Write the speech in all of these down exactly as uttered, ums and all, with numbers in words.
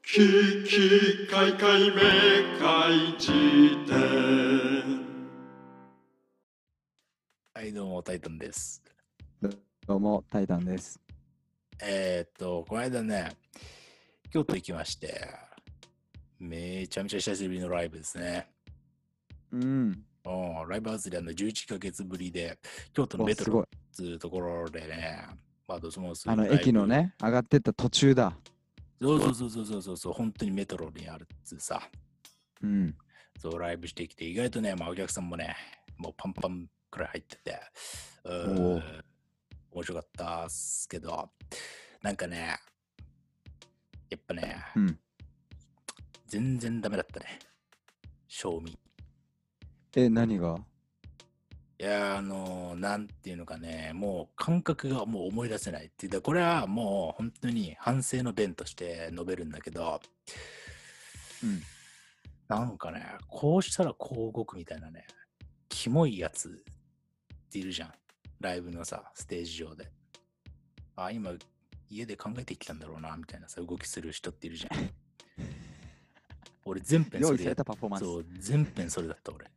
ききかいかいめかいじ典。 はい、どうも、タイタンです。 どうも、タイタンです。 えー、っと、この間ね、京都行きまして、めちゃめちゃ久しぶりのライブですね。 うん。 うん、ライブハウスであのじゅういっかげつぶりで、京都のメトロっていうところでね、まあ、どうもそういうあの、駅のね、上がってった途中だ。 そうそうそうそうそうそう、本当にメトロにあるっつうさ。 うん。 そう、ライブしてきて、意外とね、まあ、お客さんもね、もうパンパンくらい入ってて、うー面白かったっすけど、なんかね、やっぱね、 うん、 全然ダメだったね。賞味。 え、何が？ いや、あのー、なんていうのかね、もう感覚がもう思い出せないっていうか、これはもう本当に反省の弁として述べるんだけど、 うん。 なんかね、こうしたらこう動くみたいなね、キモいやつっているじゃん。ライブのさ、ステージ上で。あ、今、家で考えてきたんだろうな、みたいなさ、動きする人っているじゃん。俺、全編それや用意されたパフォーマンス。 そう、全編それだった俺。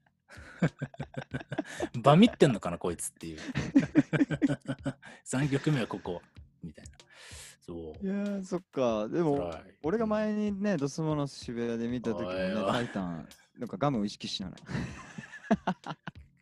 バミってんのかなこいつっていう。さんきょくめはここみたいな。そう。 いやー、そっか。でも、俺が前にね、ドスモノス渋谷で見た時もね、タイタン、なんかガムを意識しながら。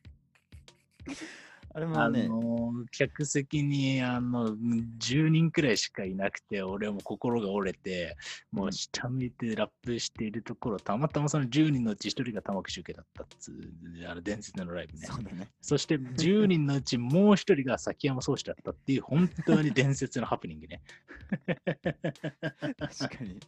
あれもね、 あのー、客席にあのじゅうにんくらいしかいなくて、俺はもう心が折れて、もう下向いてラップしているところ、たまたまそのじゅうにんのうちひとりが玉木周慶だったっつう、あの伝説のライブね。 そうだね。 そしてじゅうにんのうちもうひとりが崎山壮志だったっていう、本当に伝説のハプニングね。 確かに。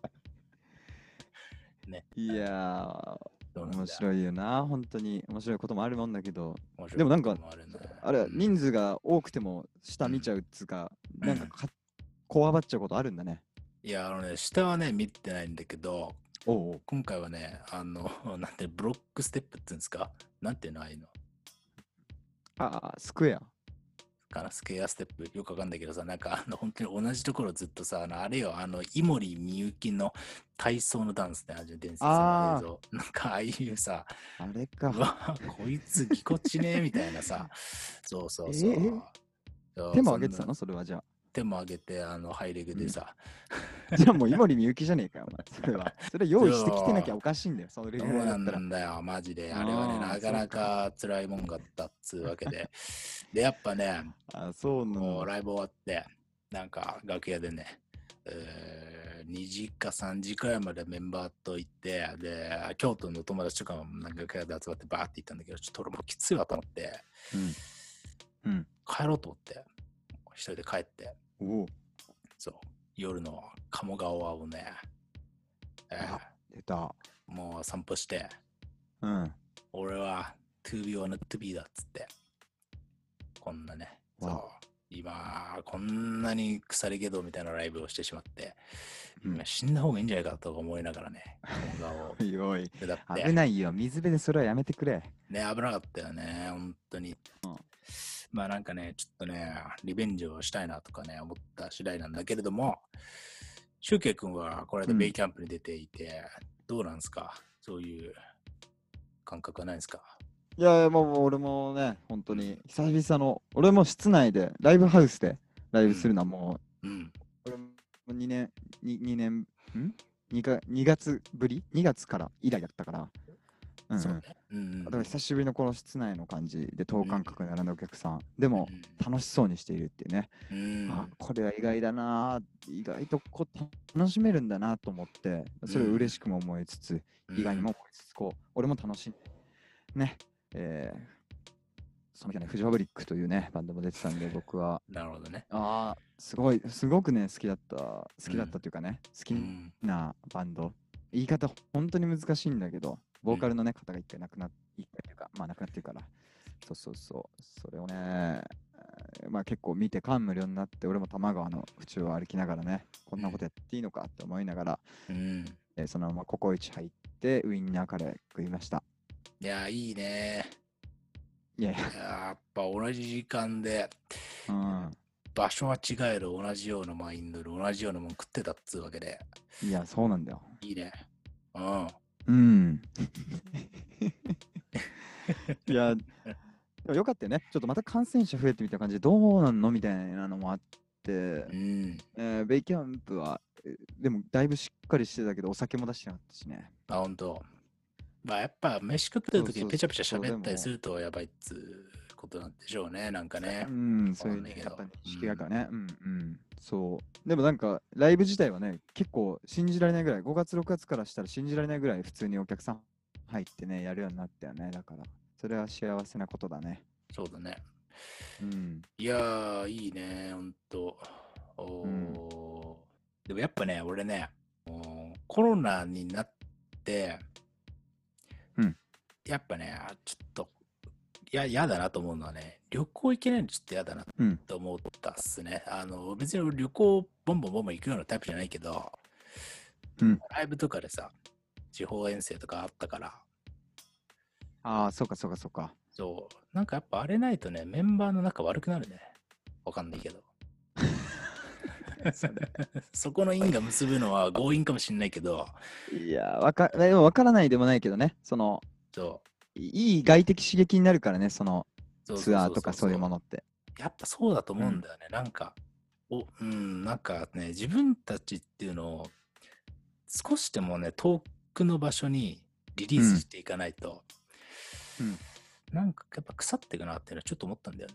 ね。 いやー、面白いよな、本当に面白いこともあるもんだけど、でもなんか、あれ、人数が多くても下見ちゃうっつうか、うん、なんかかこわばっちゃうことあるんだね。 いや、あのね、下はね、見てないんだけど、 おうおう今回はね、あの、なんて、ブロックステップっていうんですか？なんていうの、ああいうの。 ああ、スクエア。 かな、スクエアステップ、よくわかんないけどさ、なんかあの本当に同じところずっとさ、あのあれよ、あの、井森美幸の体操のダンスってある伝説の映像。なんかああいうさ、 あれか。 うわ、こいつぎこちねえみたいなさ、そうそうそう。えー、手も上げてたのそれはじゃあ。 手も上げて、あの、ハイレグでさ。 うん、じゃあもう井森美幸じゃねえかよ、お前。それは。それ用意してきてなきゃおかしいんだよ、それぐらいだったら。 そうなんだよ、マジで。あれはね、なかなか辛いもんがあったっつうわけで。で、やっぱね、 あ、そうなんだ。 ライブ終わって、なんか楽屋でね、えー、にじかさんじくらいまでメンバーと行って、で、京都の友達とかも楽屋で集まってバーって行ったんだけど、ちょっと俺もうきついわと思って、 うんうん、 帰ろうと思って、一人で帰って、 おそう、夜の鴨川をね、 えー、出た。 もう散歩して、 うん、 俺は to be or not to be だっつって、こんなね、そう今こんなに腐りゲドみたいなライブをしてしまって、うん、今死んだ方がいいんじゃないかと思いながらね、鴨川をおいおい危ないよ、水辺でそれはやめてくれ。 ね、危なかったよね、本当に。うん、まあなんかね、ちょっとね、リベンジをしたいなとかね、思った次第なんだけれども、シュウケイ君はこれでベイキャンプに出ていて、うん、どうなんですか？そういう感覚はないですか？ いやいや、もう俺もね、本当に久々の、俺も室内で、ライブハウスでライブするのはもう、うんうん、俺もにねん、に, にねん、ん 2, かにがつぶり ?に 月から以来だったから。うんうん、そうね。うんうん、だから久しぶりのこの室内の感じで等間隔に並んだお客さん、うん、でも楽しそうにしているっていうね、うん、あ、これは意外だな、意外とこう楽しめるんだなと思って、それを嬉しくも思いつつ、うん、意外にも思いつつ、こう俺も楽しんでね、えー、その日はね、フジファブリックというね、バンドも出てたんで、僕は。 なるほどね。 ああ、すごい、すごくね、好きだった、好きだったというかね、うん、好きなバンド。言い方、本当に難しいんだけど、ボーカルのね、方が一回亡くなって、一回というか、まあ亡くなってるから、そうそうそう、それをね、まあ結構見て感無量になって、俺も多摩川の府中を歩きながらね、こんなことやっていいのかって思いながら、うんえー、そのままココイチ入って、ウインナーカレー食いました。 いや、いいね。 いや、 やっぱ同じ時間で、うん、 場所は違えど同じようなマインドで同じようなもん食ってたっつうわけで。 いや、そうなんだよ。 いいね。うん。 うん。いや、でもよかったよね。ちょっとまた感染者増えてみた感じでどうなんのみたいなのもあって、 うん。 えーベイキャンプは、えーでもだいぶしっかりしてたけど、お酒も出してなかったしね。 あ、ほんと。まあやっぱ飯食ってる時にペチャペチャそうそうそう喋ったりするとやばいっつうことなんでしょうね。なんかね。 うん、そういうね、 わかんないけどやっぱね、意識がからね、うん、うん、そう。でもなんか、ライブ自体はね、結構信じられないぐらい、ごがつ、ろくがつからしたら信じられないぐらい普通にお客さん入ってね、やるようになったよね。だから、それは幸せなことだね。 そうだね。 うん。 いやー、いいね、ほんと。おーうんでもやっぱね、俺ね、もうコロナになって、 うんやっぱね、あちょっと、いや、嫌だなと思うのはね、旅行行けないのちょっと嫌だなうん。 と思ったっすね。あの、別に俺旅行ボンボンボンボン行くようなタイプじゃないけど、 うん。 ライブとかでさ、地方遠征とかあったから、 ああ、そうかそうかそうか。 そう、なんかやっぱあれないとね、メンバーの仲悪くなるね。わかんないけど。 それそこの因が結ぶのは強引かもしんないけど、 いや、わか、でもわからないでもないけどね、その、 そういい外的刺激になるからね、そのそうそうツアーそうそうとかそういうものって。 やっぱそうだと思うんだよね。なんか、お、うん、なんかね、自分たちっていうのを少しでもね、遠くの場所にリリースしていかないと、 うん。 なんかやっぱ腐っていくなっていうのはちょっと思ったんだよね。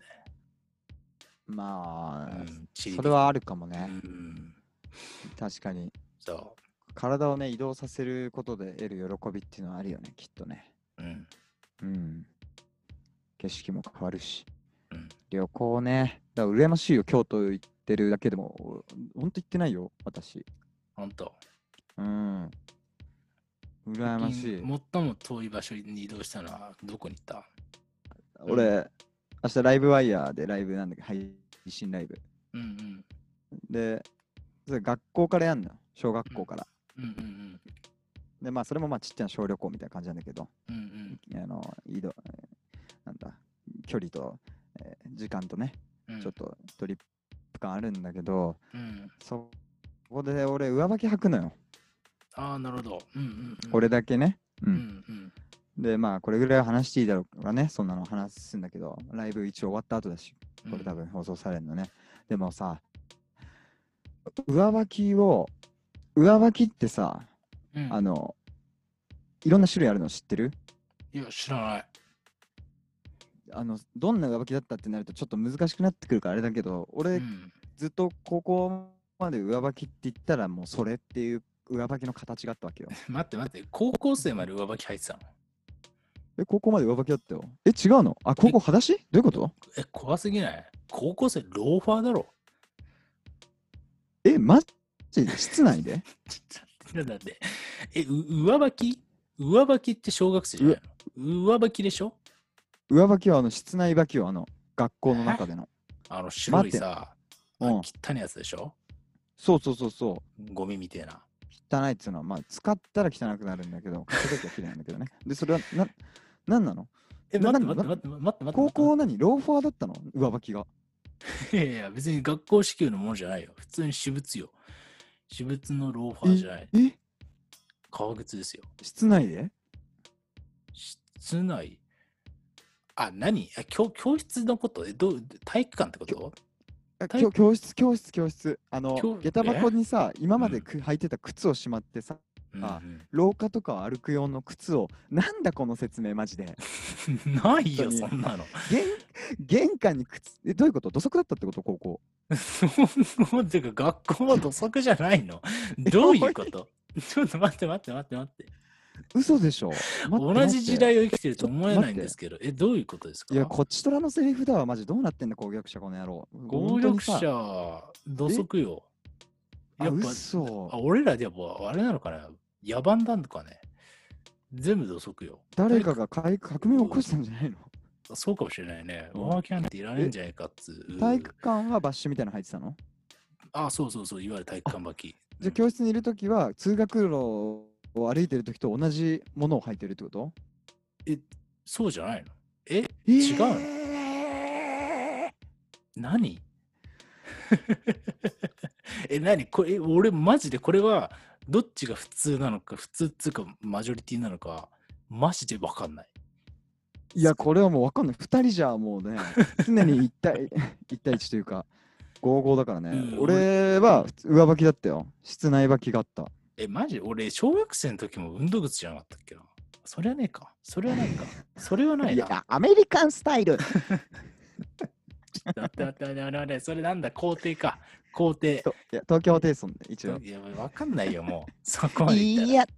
まあ、 うん、地理的にそれはあるかもうね。 ん、 確かに。 そ体をね、移動させることで得る喜びっていうのはあるよね、きっとね。 う。うん、 うん。景色も変わるし。 うん。 旅行ね。だから羨ましいよ、京都行ってるだけでも。ほんと行ってないよ、私。 ほんと。 うん。羨ましい。 最も遠い場所に移動したのはどこに行った？ 俺、 うん明日ライブワイヤーでライブなんだけど、配信ライブ。 うんうん。 で、それ学校からやんの。小学校から。 うんうんうん。 で、まあ、それもまあ、ちっちゃな小旅行みたいな感じなんだけど、 うんうん。 あの、移動、えーなんだ、距離と、えー時間とね、 うんちょっとトリップ感あるんだけど、 うん。 そこで俺、上履き履くのよ。 ああ、なるほど。うんうんうん。 俺だけね。う。 うんんうん。 で、まあ、これぐらいは話していいだろうからね、そんなの話すんだけど、ライブ一応終わった後だし、これ多分放送されるのね。でもさ、上履きを、上履きってさ、 うん、 あの、いろんな種類あるの知ってる？ いや、知らない。 あの、どんな上履きだったってなるとちょっと難しくなってくるからあれだけど、俺、 うん、 ずっと高校まで上履きって言ったらもうそれっていう上履きの形があったわけよ。 待って待って、高校生まで上履き履いてたの？ え、高校まで上履きだったよ。え、違うの？あ、高校裸足？どういうこと？ え、怖すぎない？高校生ローファーだろ？ え、マジで室内で？ ちょっと待って。え、う上履き上履きって小学生じゃないの？上履きでしょ？ 上履きはあの室内履きをあの学校の中での。 あの白いさ、 うん。 汚いやつでしょ？ そうそうそうそう。 ゴミみてえな。 汚いっつうのは、まあ使ったら汚くなるんだけど、買った時は綺麗なんだけどね。で、それはな、なんなの？ え、 な待ってな待って待って待って待って。 高校何ローファーだったの？上履きが。 いやいや、別に学校支給のものじゃないよ。普通に私物よ。私物のローファーじゃない。 ええ革靴ですよ。 室内で？ 室内あ、何あ教、教室のことえどう体育館ってこと体あ教教室、教室、教室。あの教、 下駄箱にさ、今までうんく履いてた靴をしまってさ、 うんあうん廊下とかを歩く用の靴を、なんだこの説明マジで。 ないよ、 本当にそんなの。 玄玄関に靴、え、どういうこと？土足だったってこと高校。 そうてか、学校は土足じゃないのどういうことちょっと待って待って待って待って。 嘘でしょ？待って同じ時代待ってを生きてると思えないんですけど、え、どういうことですか？ いや、こっちとらのセリフだわ、マジどうなってんだ、攻撃者、この野郎。 合本当に力さ者、土足よ。 あ、 やっぱ、 嘘あ、。俺らでやっぱ、あれなのかな野蛮なんとかね。全部土足よ。 誰かが改革命を起こしたんじゃないの？ そうかもしれないね。 うんワーキャンっていらないんじゃないかっつう。 体育館はバッシュみたいなの入ってたの？ あ、そうそうそう、いわゆる体育館履き。 じゃあ教室にいるときは通学路を歩いてるときと同じものを履いてるってこと？ え、そうじゃないの？え、 えー違うの？何え、何これ、俺マジでこれはどっちが普通なのか、普通っていうかマジョリティなのか、マジでわかんない。 いや、これはもう分かんない。ふたりじゃもうね、常にいち対いち対いちというか、ごたいごだからね。 うん俺は普通上履きだったよ。室内履きがあった。 え、マジ俺、小学生の時も運動靴じゃなかったっけな。それはねえか。それはないか。それはないな。 いや、アメリカンスタイル。 ちょっと待って待って待って待って、それなんだ、校庭か。校庭。 といや東京ホテイソンで一応。 いや、わかんないよ、もう。そこまで言ったら。 いや、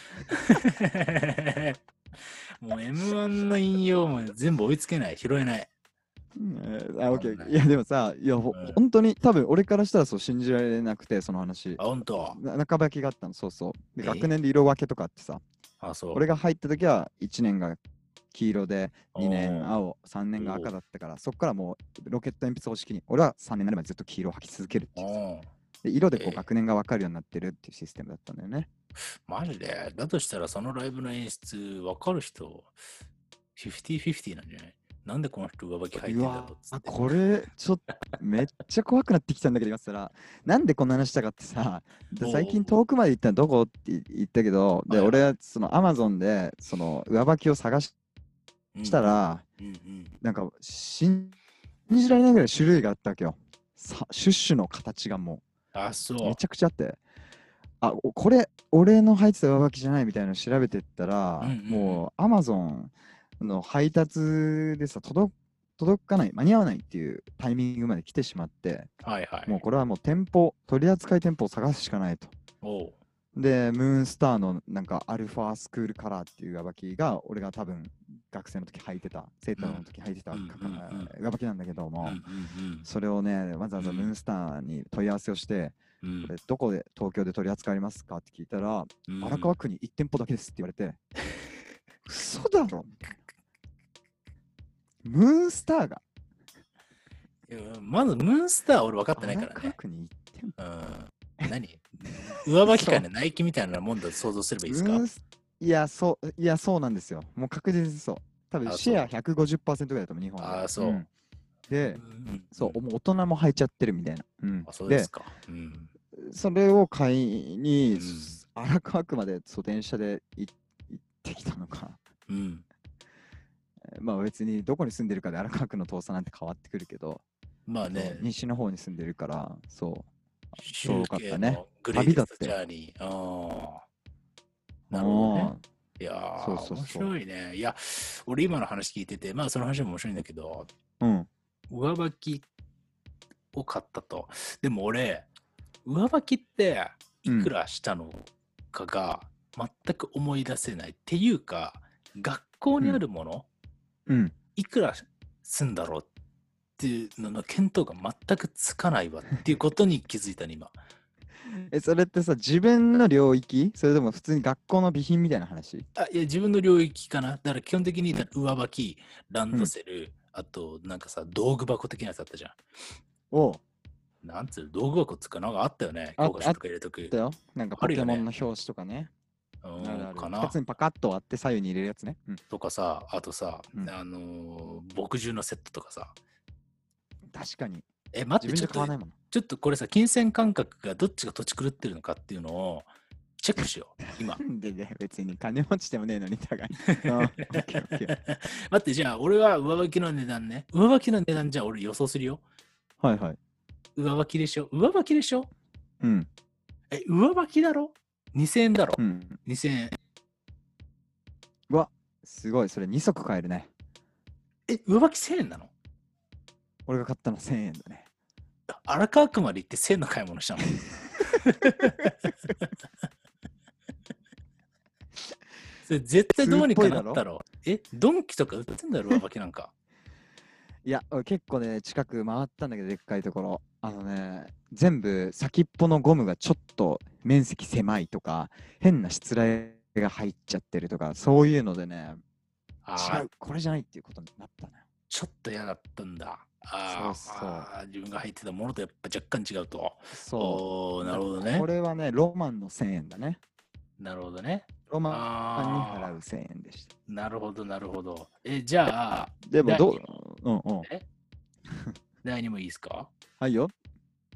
もう エムワン の引用も全部追いつけない、拾えない。 あ、オッケー。いや、でもさ、いや、ほうん本当に多分俺からしたらそう信じられなくて、その話。 あ、ほんと。 な中履きがあったの、そうそう。で、 え学年で色分けとかあってさ、 あ、そう。 俺が入った時はいちねんが黄色で、にねおーん青、さんねんが赤だったから、そっからもうロケット鉛筆方式に、俺はさんねんになるまでずっと黄色を履き続けるっていうさ。 おーで色でこえーう学年が分かるようになってるっていうシステムだったんだよね。 マジでだとしたらそのライブの演出わかる人フィフティーフィフティーなんじゃない？なんでこの人上履き履いてんだろうっつあ、 って。 これちょっとめっちゃ怖くなってきたんだけど、今更なんでこんな話したかってさ、でおう最近遠くまで行ったらどこって言ったけど、で、 はいはい俺はそのアマゾンでその上履きを探ししたら、 うんうんなんか信じられないぐらい種類があったわけよ。さシュッシュの形がもあ、そううめちゃくちゃあって、あ、おこれ俺の履いてた上履きじゃないみたいなの調べてったら、 うんうんうんもうアマゾンの配達でさ届届かない、間に合わないっていうタイミングまで来てしまって、 はいはい。 もうこれはもう店舗、取り扱い店舗を探すしかないと。 おうで、ムーンスターのなんかアルファスクールカラーっていう上履きが、俺が多分学生の時履いてた、セーターの時履いてた、 うんかうんうんうん上履きなんだけども、 うんうんそれをね、わざわざうんムーンスターに問い合わせをして、 うんうんこれどこで東京で取り扱いありますかって聞いたら、 うん荒川区にいち店舗だけですって言われて、嘘だろムーンスターがいやまずムーンスター俺分かってないか荒らね。 川区にいち店舗うん。何上履き界のナイキみたいなもんだと想像すればいいですか？ ムーンスいや、そう、いや、そうなんですよ。もう確実にそう。多分あシェアそうひゃくごじゅっパーセントぐらいだと思う、日本で。 あそうんでう、んそう、もう大人も履いちゃってるみたいな。うんあ、そうでですか。うん。 それを買いに、 うん荒川区までそう電車で行行ってきたのか。 うん。 まあ別にどこに住んでるかで荒川区の遠さなんて変わってくるけど、そうまあね、 西の方に住んでるから、そう。 集遠かっ計たねのグレーテストジ旅だャーニー。ああ。なるほどね。いやーそうそうそう面白いね。いや、俺今の話聞いてて、まあその話も面白いんだけど、 あーうん。 上履きを買ったと。でも俺、上履きっていくらしたのかが全く思い出せない。っていうか、学校にあるもの、 うん。 いくらすんだろうっていうのの見当が全くつかないわっていうことに気づいたね、今。 え、それってさ、自分の領域それとも普通に学校の備品みたいな話あ、いや、自分の領域かな。だから基本的に上履き、ランドセル、あとなんかさ、道具箱的なやつあったじゃん。 おうなんつうの道具箱っつうかなんかあったよね。 あ教科書とか入れとくだ。よ。なんかポケモンの表紙とかね。 うんあるあるかな二つにパカッと割って左右に入れるやつね。うん、 とかさ、あとさ、 うんあのー牧汁のセットとかさ。 確かに。 え、待って、 自分ちょっとじゃ買わないもん。 ちょっとこれさ、金銭感覚がどっちが土地狂ってるのかっていうのをチェックしよう、今。 でね、別に金持ちでもねえのに、互い。うんオッケーオッケー待って、じゃあ俺は上履きの値段ね。上履きの値段じゃあ俺予想するよ。 はいはい。 上履きでしょ上履きでしょうん。 え、上履きだろ ?にせんえんだろ、 うん。 にせんえん。 うわ、すごい。それに足買えるね。 え、上履きせんえんなの？ 俺が買ったのせんえんだね。 荒川区まで行ってせんの買い物したのそれ絶対どうにかなったろ。え、ドンキとか売ってんだろ、上履きなんか。 いや、俺結構ね、近く回ったんだけど、でっかいところ。あのね、全部先っぽのゴムがちょっと面積狭いとか、変なしつらいが入っちゃってるとか、そういうのでね、 あ違う、これじゃないっていうことになったのよ。 ちょっと嫌だったんだ。あそうそうあー、自分が入ってたものとやっぱ若干違うと。 そおー、 う。 なるほどねこ。れはね、ロマンのせんえんだね。 なるほどね。 ロマンにあ払うせんえんでした。 ー、なるほど、なるほど。え、じゃあ、 でもどう第二、 うんうん。 え第二もいいですか？ はいよ。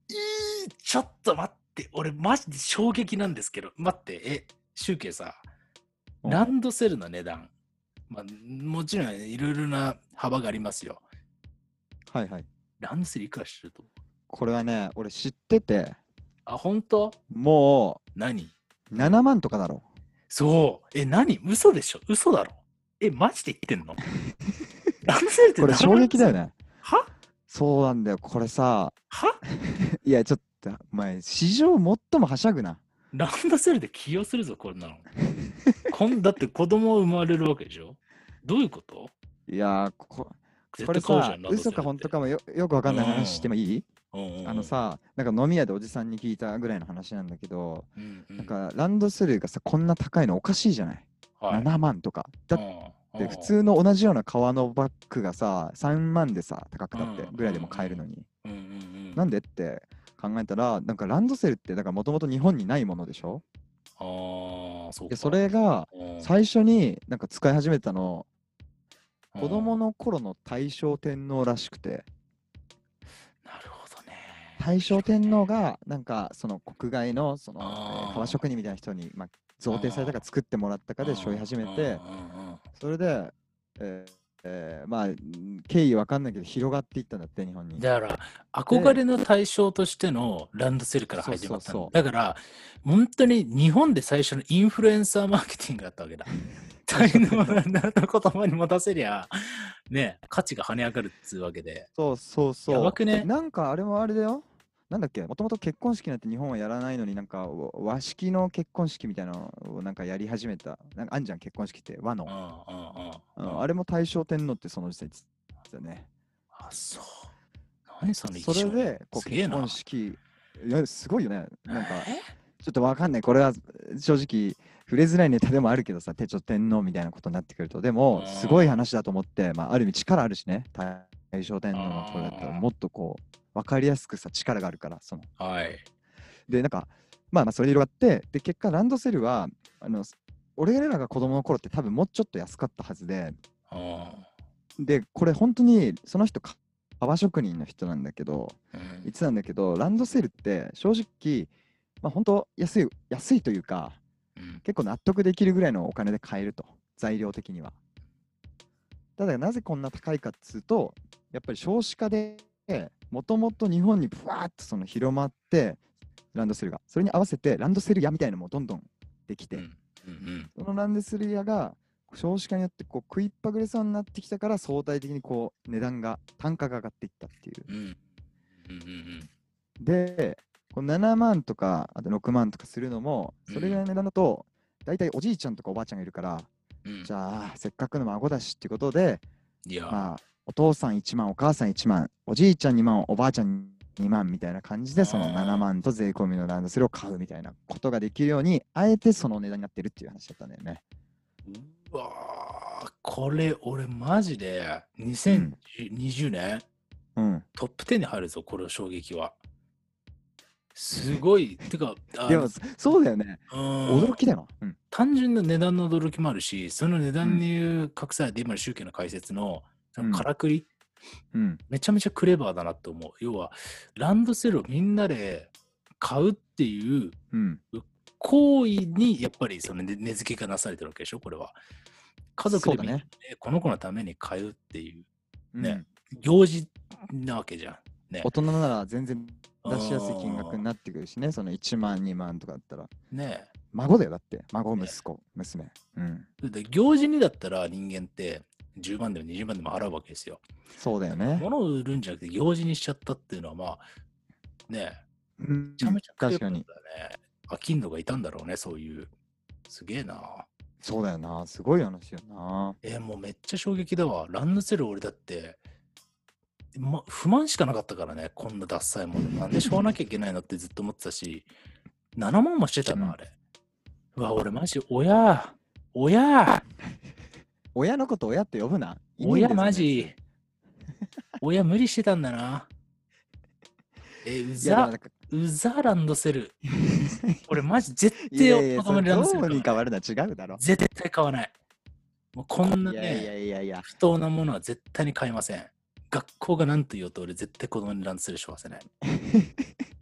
えー、ちょっと待って、俺マジで衝撃なんですけど、待って、え、シュウケイさ、 うんランドセルの値段、まあ、もちろんいろいろな幅がありますよ。 はいはい。 ランドセルいくらしてると思う？ これはね、俺知ってて、 あ、本当？ も何？ うななまんとかだろ。 そう。え、何？嘘でしょ？嘘だろ？え、マジで言ってんの？ランドセルってこれ衝撃だよね。 ね。 はそうなんだよ。これさ、 はいや、ちょっと、お前、史上最もはしゃぐな。 ランドセルで起用するぞ、こんなの。こんだって子供生まれるわけでしょ？どういうこと？ いやー、ここ絶れさ、 対買うじゃん、ランドセルって。 嘘か本当かもよよくわかんない話してもいい？ うんうんうん、 あのさ、なんか飲み屋でおじさんに聞いたぐらいの話なんだけど、 うんうん、 なんかランドセルがさ、こんな高いのおかしいじゃない、 はい、 ななまんとか。だっうんうん、 て普通の同じような革のバッグがさ、さんまんでさ、高くたってぐらいでも買えるのに。 うんうんうん、 なんでって考えたら、なんかランドセルってもともと日本にないものでしょ？ ああ、そうか。 で、それがうん最初になんか使い始めたの、 うん、 子供の頃の大正天皇らしくて、 なるほどね。 大正天皇がなんかその国外のその、えーあー革職人みたいな人に、まあ、贈呈されたか作ってもらったかで背負い始めて、 うんうんうんうん、 それで、えーえーまあん経緯わかんないけど広がっていったんだって日本に。 だから憧れの対象としてのランドセルからそう始まったの。 そうそう。 だから本当に日本で最初のインフルエンサーマーケティングだったわけだ。大の言葉に持たせりゃね、価値が跳ね上がるっつうわけで。 そうそうそう。 やばくね？ なんかあれもあれだよ。なんだっけ、もともと結婚式なんて日本はやらないのになんかわ和式の結婚式みたいなのをなんかやり始めた。なんかあんじゃん、結婚式って和の。 うんうんうん。 うんあれも大正天皇ってその時代ですよね。 あ、そう。何そのそれでこう結すげえな。 婚式、いやすごいよね。なんかえちょっとわかんない。これは正直触れづらいネタでもあるけどさ、手帳天皇みたいなことになってくると、でもすごい話だと思って、まあ、ある意味力あるしね、大正天皇のこれだったらもっとこう分かりやすくさ力があるから、その。 はい。 で、なんか、まあまあそれで広がって、で、結果ランドセルは、あの、俺らが子供の頃って多分もうちょっと安かったはずで、で、これ本当にその人、革職人の人なんだけど、 うん言ってたんだけど、ランドセルって正直、まあ本当安い、安いというか、 うん結構納得できるぐらいのお金で買えると、材料的には。ただなぜこんな高いかっつうと、やっぱり少子化でもともと日本にブワーッとその広まって、ランドセルが。それに合わせてランドセル屋みたいなのもどんどんできて、 うんうんそのランドセル屋が少子化によってこう食いっぱぐれそうになってきたから相対的にこう値段が、単価が上がっていったっていう。 うんうんうんうんで、こうななまんとかあとろくまんとかするのも、それぐらいの値段だと、大体おじいちゃんとかおばあちゃんがいるから、 うんじゃあせっかくの孫だしってことで、 いや、 まあお父さんいちまん、お母さんいちまん、おじいちゃんにまん、おばあちゃんにまんみたいな感じで、そのななまんと税込みのランドセルを買うみたいなことができるように、あえてその値段になってるっていう話だったんだよね。 うわー、これ俺マジでにせんにじゅうねん、 うん。 トップじゅうに入るぞ、この衝撃は。すごい、てか、あのでも、そうだよね。 うん驚きだよ。うん。 単純な値段の驚きもあるし、その値段に隠されて今の宗教の解説のそのからくり、 うん。 めちゃめちゃクレバーだなって思う。要は、ランドセルをみんなで買うっていううん。 行為にやっぱりその値値付けがなされてるわけでしょ、これは。家族でみんなでそうこの子のために買うっていうね、 うん行事なわけじゃん。ね大。人なら全然出しやすい金額になってくるしね、そのいちまん、にまんとかだったら。 ね孫だよ、だって。孫、 ね息子、娘。うん。 で行事にだったら人間ってじゅうまんでもにじゅうまんでも払うわけですよ。 そうだよね。 物を売るんじゃなくて行事にしちゃったっていうのはまあねうんめちゃめちゃクレ確かに。 バーだね。飽きんのがいたんだろうね、そういう。すげえな。 そうだよな。すごい話よな。 えーもうめっちゃ衝撃だわ。ランドセル俺だって、ま、不満しかなかったからね、こんなダッサいもの。なんでしょうなきゃいけないのってずっと思ってたし、ななまんもしてたな、 うんあれ。うわ、俺マジ、親、親、 親のこと親って呼ぶな。いねえん親だよマジ、親無理してたんだな。え、うそんなやついや、だざか、らうざランドセル。俺マジ絶いやい対子や、それ供にランドセルどうに変買わない。 わるのは違うだろ。 絶対買わない。もうこんないやいやね、 いやいや。 不当なものは絶対に買いません。学校が何と言おうと俺絶対子供にランドセルしませんね。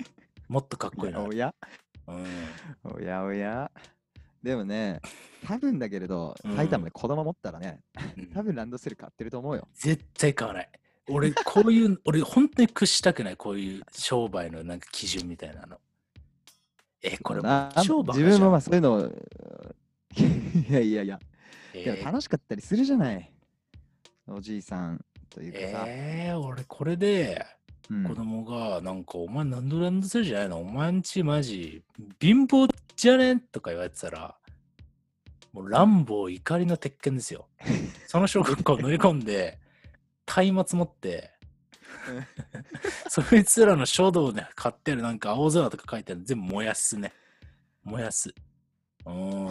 もっとかっこいいな。 おやうん。 おやおや。でもね、多分だけれど、 うん埼玉で子供持ったらね、 うん多分ランドセル買ってると思うよ。 絶対買わない。俺、こういう、俺、本当に屈したくない、こういう商売のなんか基準みたいなの。え、これもうな超バカじゃん。 自分もまあそういうのをいやいやいや、 えでも楽しかったりするじゃない。おじいさんというかさ。 えー、俺これでうん子供がなんか、お前なんでランドセルじゃないの、お前んちマジ貧乏じゃねとか言われてたら、もう乱暴怒りの鉄拳ですよ。その小学校乗り込んで、松明持って、そいつらの書道で買ってるなんか青空とか書いてあるの全部燃やすね。燃やす。うん。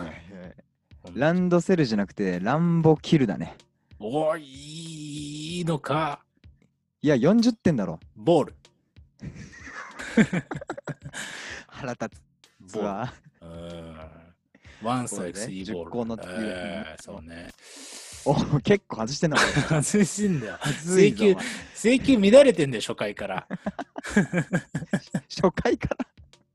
ランドセルじゃなくて、ランボキルだね。 おー、いいのか。 いや、よんじゅってんだろ。 ボール。 腹立つ。 ボール。 わうん。ワンストライクスリーボール。 じゅっこのえー、そうね。 お結構外してんな。 外しんだよ。 請請求、請求乱れてんだよ、初回から。 初回から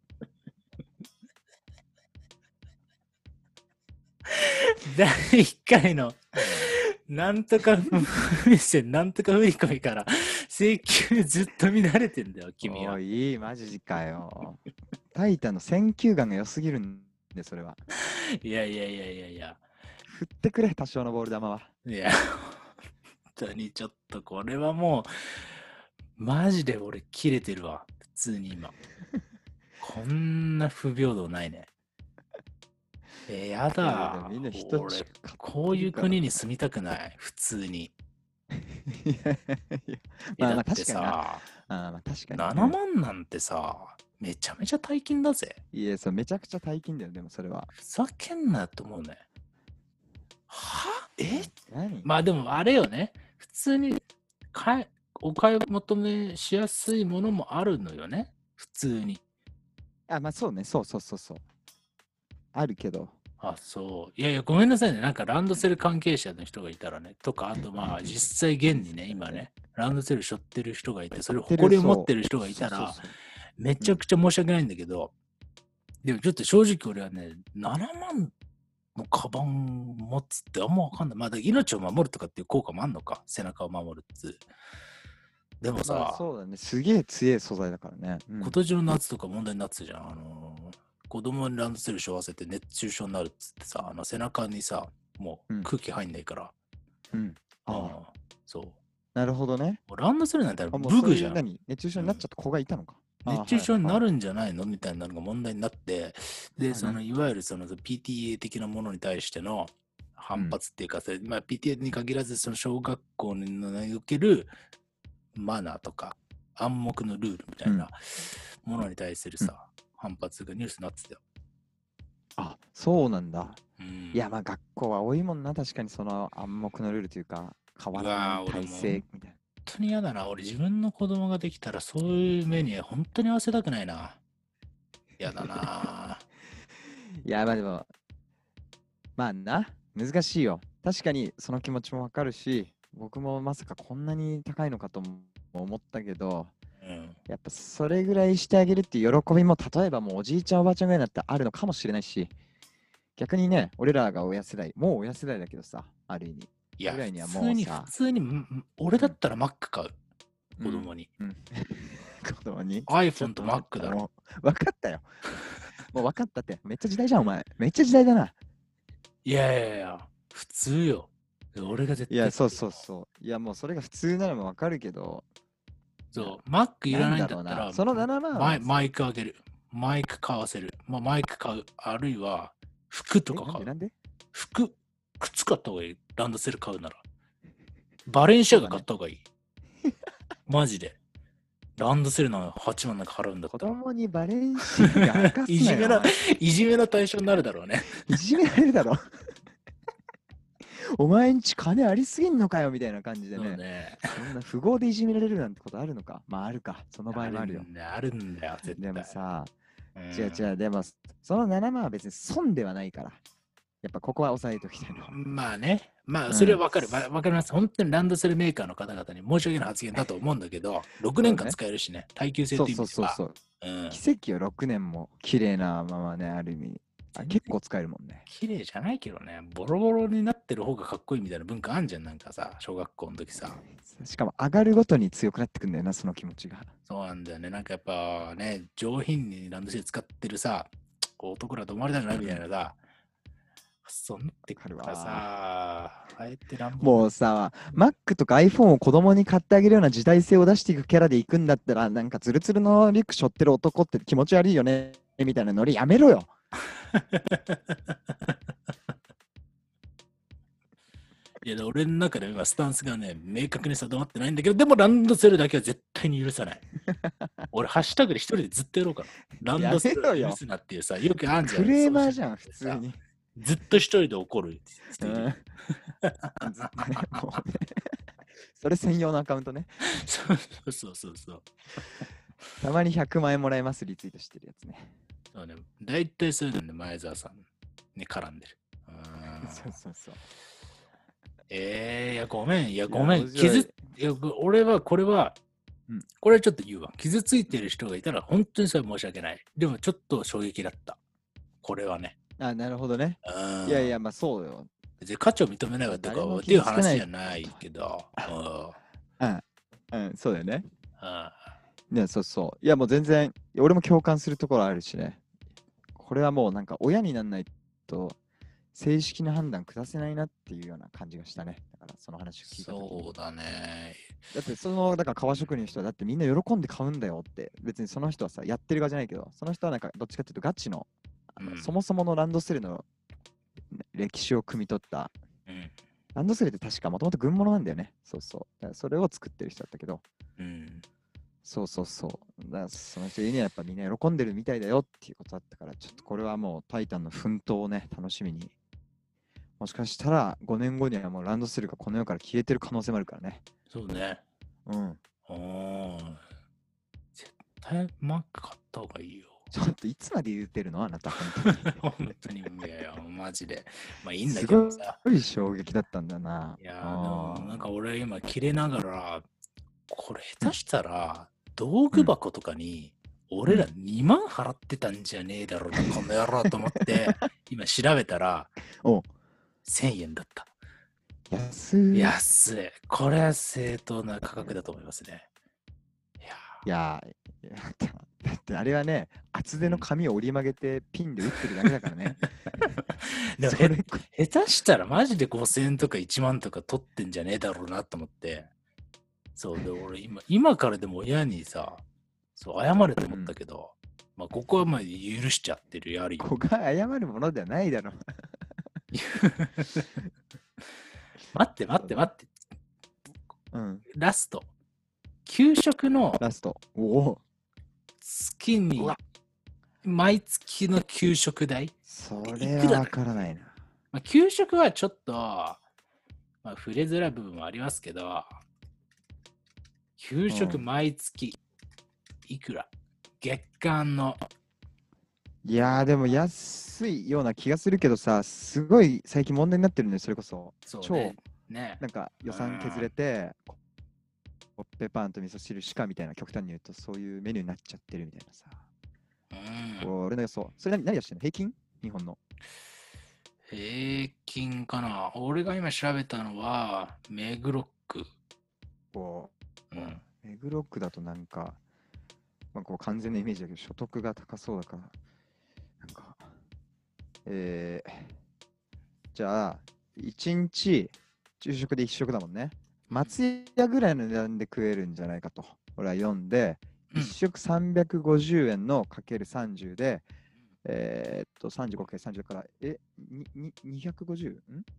だいいっかいの、なんとか風船、なんとか振り込みから、請求ずっと乱れてんだよ、君は。 おいい、マジかよ。タイタンの選球眼が良すぎるんで、それは。 いやいやいやいやいや。 振ってくれ、多少のボール球は。 いや、本当にちょっとこれはもう、マジで俺切れてるわ、普通に今。こんな不平等ないね。えー、やだ。 みんな一俺、こういう国に住みたくない、普通に。 いやいやまあまあだって確かにな。 さ、 あまあ確かに、 ななまんなんてさ、めちゃめちゃ大金だぜ。 いや、そうめちゃくちゃ大金だよ、でもそれは。 ふざけんなと思うね。はえ何まあでもあれよね。普通に買いお買い求めしやすいものもあるのよね。普通に。 あ、まあそうね、そうそうそうそう。あるけど。 あ、そう。いやいや、ごめんなさいね。なんかランドセル関係者の人がいたらね。とか、あとまあ実際現にね、今ね、ランドセル背負ってる人がいて、それを誇りを持ってる人がいたら、めちゃくちゃ申し訳ないんだけど、でもちょっと正直俺はね、ななまんのカバン持つってあんまわかんない。まだ命を守るとかっていう効果もあんのか、背中を守るっつう。でもさ、 まあ、そうだね、すげえ強い素材だからね。うん、 今年の夏とか問題になってたじゃん。あのー、子供にランドセル背負わせて熱中症になるっつってさ、あの背中にさ、もう空気入んないから。 うん。 ああ、そう。 なるほどね。 ランドセルなんてブグじゃん。 何熱中症になっちゃった子がいたのか。 熱中症になるんじゃないのみたいなのが問題になって、で、そのいわゆるその ピーティーエー 的なものに対しての反発っていうか、まあ ピーティーエー に限らずその小学校におけるマナーとか暗黙のルールみたいなものに対するさ、反発がニュースになってたよ。 あ、そうなんだ。 うん、 いや、まあ学校は多いもんな、確かにその暗黙のルールというか、変わらない体制みたいな。 本当に嫌だな。俺自分の子供ができたらそういう目に本当に合わせたくないな。嫌だな。 いや、まあでも、まあな、難しいよ。確かにその気持ちもわかるし、僕もまさかこんなに高いのかとも思ったけど、うん、やっぱそれぐらいしてあげるっていう喜びも、例えばもうおじいちゃんおばあちゃんぐらいになってあるのかもしれないし、逆にね、俺らが親世代、もう親世代だけどさ、ある意味。 いや、普通に、普通に、俺だったら Mac 買う。うん、子供に。 うんうん、子供に iPhone と Mac だろ。 分かったよ。もう分かったって。めっちゃ時代じゃん、お前。めっちゃ時代だな。 いやいやいや、普通よ。俺が絶対。 いや、そうそうそう。いや、もうそれが普通なのも分かるけど。 そう、Mac いらないんだったら、 そのななまんマイマイクあげる。マイク買わせる。まあ、マイク買う。あるいは、服とか買う。 なんでなんで服、靴買った方がいい。ランドセル買うなら。バレンシアガ買った方がいい。ね、マジで。ランドセルのはちまんなんか払うんだったら。 子供にバレンシアガいじめの、いじめの対象になるだろうね。 いじめられるだろう。お前んち金ありすぎんのかよみたいな感じでね。 ねそんな富豪でいじめられるなんてことあるのか。まああるか。その場合もあるよ。 あるんだよ、絶対。 でもさ、違う違う、でもそのななまんは別に損ではないから。 やっぱここは押さえておきたいの。 まあね、まあうんそれはわかる、わ、わかります。本当にランドセルメーカーの方々に申し訳ない発言だと思うんだけど、ろくねんかん使えるしね、耐久性そうという意味では。 そうそうそう。 うん、 奇跡をろくねんも綺麗なままね、ある意味。あ結構使えるもんね。 綺麗じゃないけどね、ボロボロになってる方がかっこいいみたいな文化あんじゃん、なんかさ、小学校の時さ。 しかも上がるごとに強くなってくんだよな、その気持ちが。 そうなんだよね、なんかやっぱね、上品にランドセル使ってるさ、男らと思われたくないみたいなさ、そんなってくるからさ、あえて乱暴もうさ、Mac とか iPhone を子供に買ってあげるような時代性を出していくキャラでいくんだったら、なんかツルツルのリュック背負ってる男って気持ち悪いよね、みたいなノリやめろよ。 いや、俺の中で今スタンスがね、明確に定まってないんだけど、でもランドセルだけは絶対に許さない。俺、ハッシュタグで一人でずっとやろうかな。ランドセル許すなっていうさ、よくあんじゃん。 クレーマーじゃん、普通に。 ずっと一人で怒る。 うん、もうね、それ専用のアカウントね。 そうそうそうそう。 たまにひゃくまん円もらえます、リツイートしてるやつね。 そうね。大体そういうので前澤さんに絡んでる。 そうそうそう。 えー、いや、ごめん、いや、ごめん。傷、いや、俺は、これは、 うん、 これはちょっと言うわ。傷ついてる人がいたら、本当にそれは申し訳ない。でも、ちょっと衝撃だった。これはね。 あ、なるほどね。いやいや、まあそうよ。 別に価値を認めないとかっていう話じゃないけど。 うん、うん、そうだよね。 うん。 ね、そうそう。いや、もう全然、俺も共感するところあるしね。これはもうなんか親にならないと、正式な判断下せないなっていうような感じがしたね。だからその話を聞いた時に。 そうだね。 だってその、だから革職人の人はだってみんな喜んで買うんだよって、別にその人はさ、やってる側じゃないけど、その人はなんかどっちかっていうとガチの、あの、うん、そもそものランドセルの歴史を汲み取った、うん、ランドセルって確かもともと軍物なんだよね。そうそう。だからそれを作ってる人だったけど、うん、そうそうそう。だからその人にはやっぱみんな喜んでるみたいだよっていうことだったから、ちょっとこれはもうタイタンの奮闘をね、楽しみに。もしかしたらごねんごにはもうランドセルがこの世から消えてる可能性もあるからね。 そうね。 うん。 おー。絶対マック買った方がいいよ。 ちょっといつまで言ってるのあなた、 本当に。いやいや、マジで。まあいいんだけどさ。 すごい衝撃だったんだな。 いや、でもなんか俺今切れながら、これ下手したら道具箱とかに、俺らにまん払ってたんじゃねえだろうな、うん、この野郎と思って、今調べたら、おせんえんだった。 安い。 安い。これは正当な価格だと思いますね。 いやー、いやだってあれはね、厚手の紙を折り曲げてピンで打ってるだけだからね。 でもへ下手したらマジでごせんえんとかいちまんとか取ってんじゃねえだろうなと思って。そうで、俺今、今からでも親にさ、そう謝れと思ったけど、うん、まあここはまあ許しちゃってるやるよ。 ここが謝るものではないだろう。 待って待って待って。 うん、 ラスト。給食のラスト。おお。 月に毎月の給食代。 それはわからないな。 まあ、給食はちょっと、まあ、触れづらい部分もありますけど、給食毎月いくら、うん、月間の。 いやーでも安いような気がするけどさ、すごい最近問題になってるんで、それこそ。 そうね、 超、ね、 なんか予算削れて、コッペパンと味噌汁しかみたいな、極端に言うとそういうメニューになっちゃってるみたいなさ。うん、俺の予想。それ何、何出してんの？平均？日本の。 平均かな。俺が今調べたのは、メグロック。 こう、うん、メグロックだとなんか、まあ、こう完全なイメージだけど、所得が高そうだから、なんか、えー、じゃあ、いちにち、昼食でいっ食だもんね。松屋ぐらいの値段で食えるんじゃないかと、俺は読んで、いっ食さんびゃくごじゅうえんのかけるさんじゅうで、えー、っと、さんじゅうごかけるさんじゅうだから、え、にににひゃくごじゅう？ ん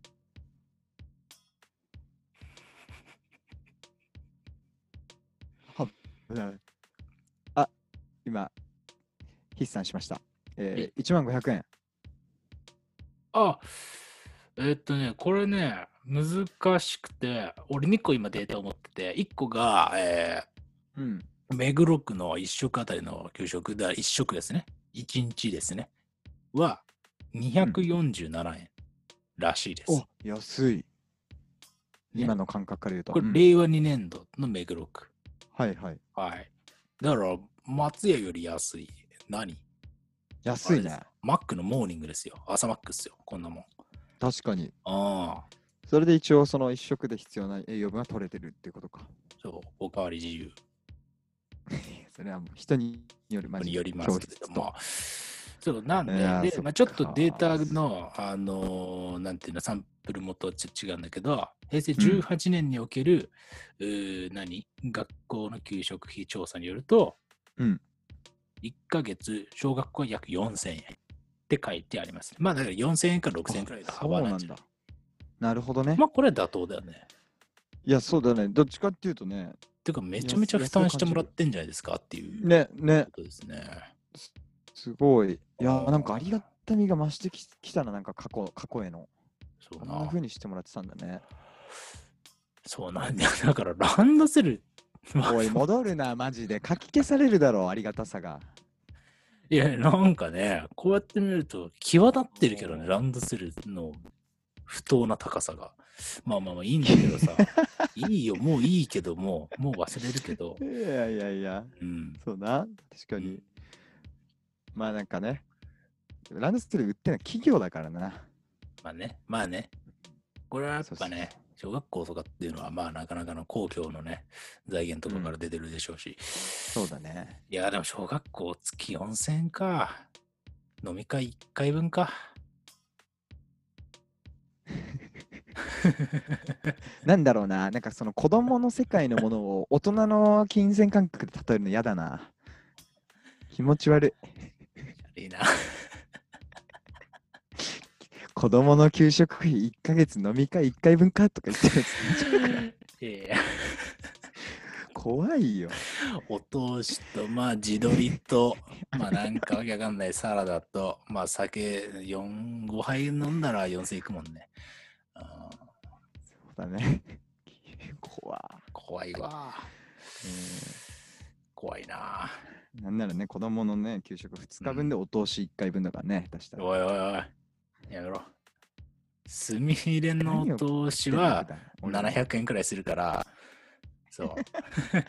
あ、今、筆算しました。えー、いちまんごひゃくえん。 あ、えー、っとね、これね、難しくて、俺にこ今データを持ってて、いっこが、えー、うん、目黒区のいっ食あたりの給食だ、いっ食ですね。いちにちですね。は、にひゃくよんじゅうななえん。 らしいです。 お、安い。今の感覚から言うと。 これ、 うん令和にねん度の目黒区。 はいはい。 はい。だから、松屋より安い。何安いね。 マックのモーニングですよ。朝マックっすよ。こんなもん。 確かに。 ああ。 それで一応その一食で必要な栄養分が取れてるっていうことか。 そう、おかわり自由。 それはもう人による、マジによりますけれども。そうなんで、 いやーでまあ、ちょっとそっかデータの、あのーなんていうの、サンプル元はちょっと違うんだけど、へいせいじゅうはちねんにおける、うー何学校の給食費調査によると、 うん。 いっかげつ小学校は約よんせんえんって書いてあります。まあだからよんせんえんからろくせんえんくらいの幅なんじゃない。 そうなんだ。なるほどね。 まあこれは妥当だよね。 いや、そうだね。どっちかっていうとね。 てかめちゃめちゃ負担してもらってんじゃないですかっていうね、ね。 ことですね。 すごい。いや、なんかありがたみが増してききたな、なんか過去、過去への。 そうこんな風にしてもらってたんだね。 そうなんだよ。だからランドセル。 おい、戻るな、マジで。書き消されるだろう、ありがたさが。 いや、なんかね、こうやって見ると、際立ってるけどね、ランドセルの不当な高さが。まあまあまあいいんだけどさ、いいよ、もういいけども、もう忘れるけど。 いやいやいや、 うん、 そうな、確かに。うん、まあなんかね、ランドセル売ってるのは企業だからな。 まあね、まあね。これはやっぱね、小学校とかっていうのは、まあなかなかの公共のね、財源とかから出てるでしょうし。 うん、そうだね。 いや、でも小学校月よんせんえんか。飲み会いっかいぶんか。 なんだろうな、なんかその子供の世界のものを大人の金銭感覚で例えるの嫌だな。気持ち悪い。 いいな。 子供の給食費いっかげつ飲み会いっかいぶんかとか言ってるいや怖いよ。 お通しと、まあ地鶏と、まあなんかわけわかんないサラダと、まあ酒よん、ごはい飲んだらよんせんいくもんね。あそうだね。怖怖いわ。怖いな。 なんならね、子供のね、給食ふつかぶんでお通しいっかいぶんだからね、出したら。 おいおいおい、やめろ。すみれのお通しはななひゃくえんくらいするから、そう。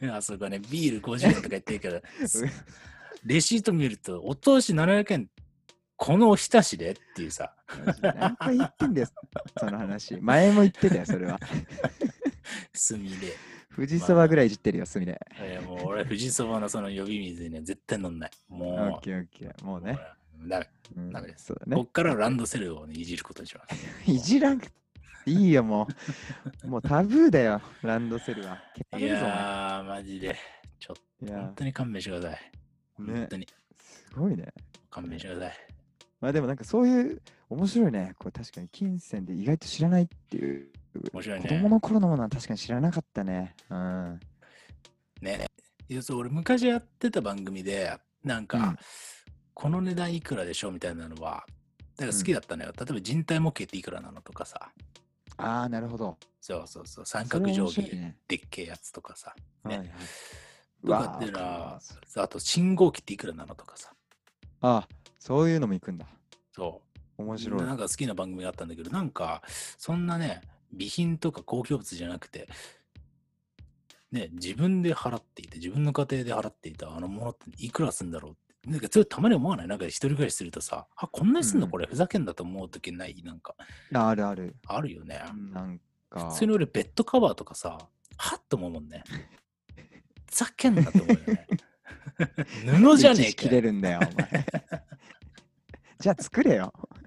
あそこね、ビールごじゅうえんとか言ってるけど、レシート見ると、お通しななひゃくえん、このおひたしでっていうさ。 何回言ってんだよ、その話。前も言ってたよ、それは。 すみれ。 富士そばぐらいいじってるよ、すみれ。 いや、もう俺、富士そばのその呼び水には絶対乗んない。もう。オッケーオッケー。もうね。 ダメ。 うん、 ダメです。 そうだね。 こっからランドセルを、ね、いじることにします。 いじらんくていいよ、もう。もうタブーだよ、ランドセルは。 いやー、マジで。ちょっと、本当に勘弁してください。 ね、 本当に。 すごいね。 勘弁してください。 まあでもなんかそういう、面白いね。これ確かに金銭で意外と知らないっていう。 面白いね。 子供の頃のものは確かに知らなかったね。うん。 ね。いや、そう、俺昔やってた番組で、なんか、うん、この値段いくらでしょみたいなのは、だから好きだったのよ。うん、例えば人体模型っていくらなのとかさ。 ああ、なるほど。 そうそうそう。三角定規、ね、でっけえやつとかさ。ね。はいはい、とかっていうのは、あと信号機っていくらなのとかさ。 ああ、そういうのもいくんだ。 そう。 面白い。 なんか好きな番組があったんだけど、なんか、そんなね、備品とか公共物じゃなくて、ね、自分で払っていて、自分の家庭で払っていたあのものっていくらすんだろうって。なんかそれたまに思わない？なんか一人暮らしするとさ、あ、こんなにすんの、うん、これふざけんだと思うときない？なんか。 あるある。 あるよね。 なんか。 普通に俺ベッドカバーとかさ、はっと思うもんね。ふざけんなと思うよね。布じゃねえか。 切れるんだよ、お前。じゃあ作れよ。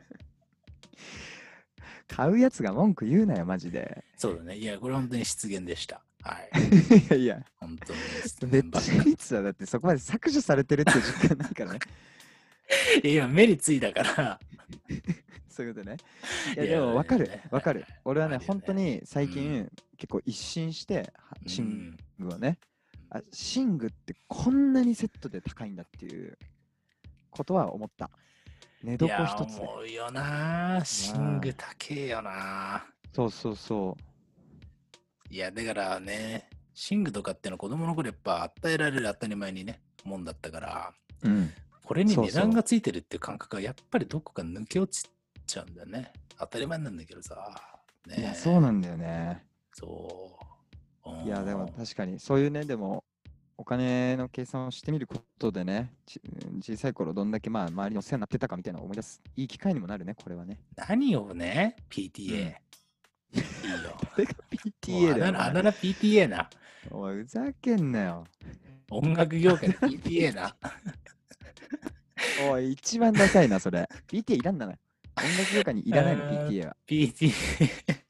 買うやつが文句言うなよ、マジで。 そうだね。いや、これ本当に失言でした。はい。 いやいや、 本当に失言ばっかり。めっちゃいつだ。だってそこまで削除されてるって実感ないからね。 いや、目についたから。 そういうことね。いや、でも分かる、分かる。俺はね、本当に最近、結構一新して、寝具をね、あ、寝具ってこんなにセットで高いんだっていうことは思った。寝床一つで。 思うよな。寝具高えよな。 そうそうそう。 いや、だからね、寝具とかってのは子供の頃やっぱ与えられる当たり前にね、もんだったから、 うん、 これに値段がついてるっていう感覚がやっぱりどこか抜け落ちちゃうんだよね。 当たり前なんだけどさ。ね、 いや、そうなんだよね。 そう。 いや、でも確かに、そういうね、でも、お金の計算をしてみることでね、ち小さい頃どんだけまあ周りにお世話になってたかみたいなのを思い出す、いい機会にもなるね、これはね。 何をね、ピーティーエー。 うんいいよ。 誰が ピーティーエー だよ。 あだ名あだ名 ピーティーエー な。 お前、ふざけんなよ。 音楽業界で ピーティーエー な。 おい、一番ダサいな、それ。ピーティーエー いらんだな。音楽業界にいらないの、 あーピーティーエー は。 ピーティーエー。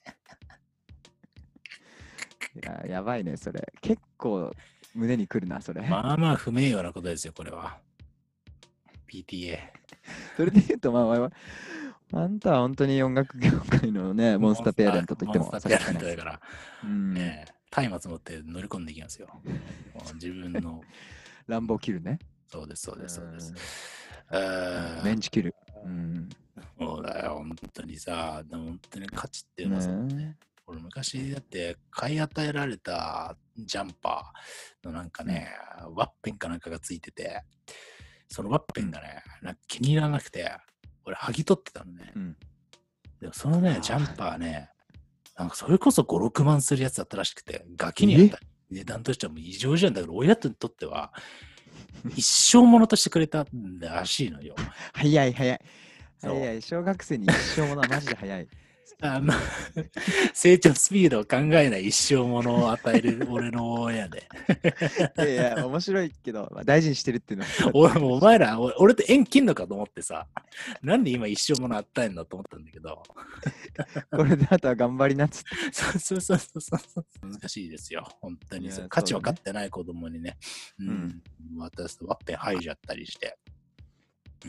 いや、やばいね、それ。結構胸にくるな、それ。 まあまあ不名誉なことですよ、これは。ピーティーエそれで言うと、まあ、お前はあんたは本当に音楽業界のね、 ー。 モンスターペアレントと言ってもモンスターペアレントだから、 うん、 ねえ、松明持って乗り込んでいきますよ。もう自分の。 乱暴切るね。 そうです、そうです、そうです。 うんメンチ切る。うん。 そうだよ、本当にさ、でも本当に価値っていうのはさ、 ね俺昔だって買い与えられたジャンパーのなんかね、うん、ワッペンかなんかがついてて、そのワッペンがね、なんか気に入らなくて、俺剥ぎ取ってたのね。うん、でもそのね、ジャンパーね、なんかそれこそご、ろくまんするやつだったらしくて、ガキにあった値段としてはもう異常じゃん。だから親にとっては一生ものとしてくれたらしいのよ。 早い早い。早い。小学生に一生ものはマジで早い。 あの成長スピードを考えない一生ものを与える俺の親で。 いやいや、面白いけど、まあ、大事にしてるっていうのはお。お前ら、俺と縁切んのかと思ってさ、なんで今一生もの与えんのと思ったんだけど。 これであとは頑張りなっつって。 そうそうそうそうそう。難しいですよ、本当に。価値分かってない子供にね、うん、うん、私とワッペン剥いじゃったりして。うん、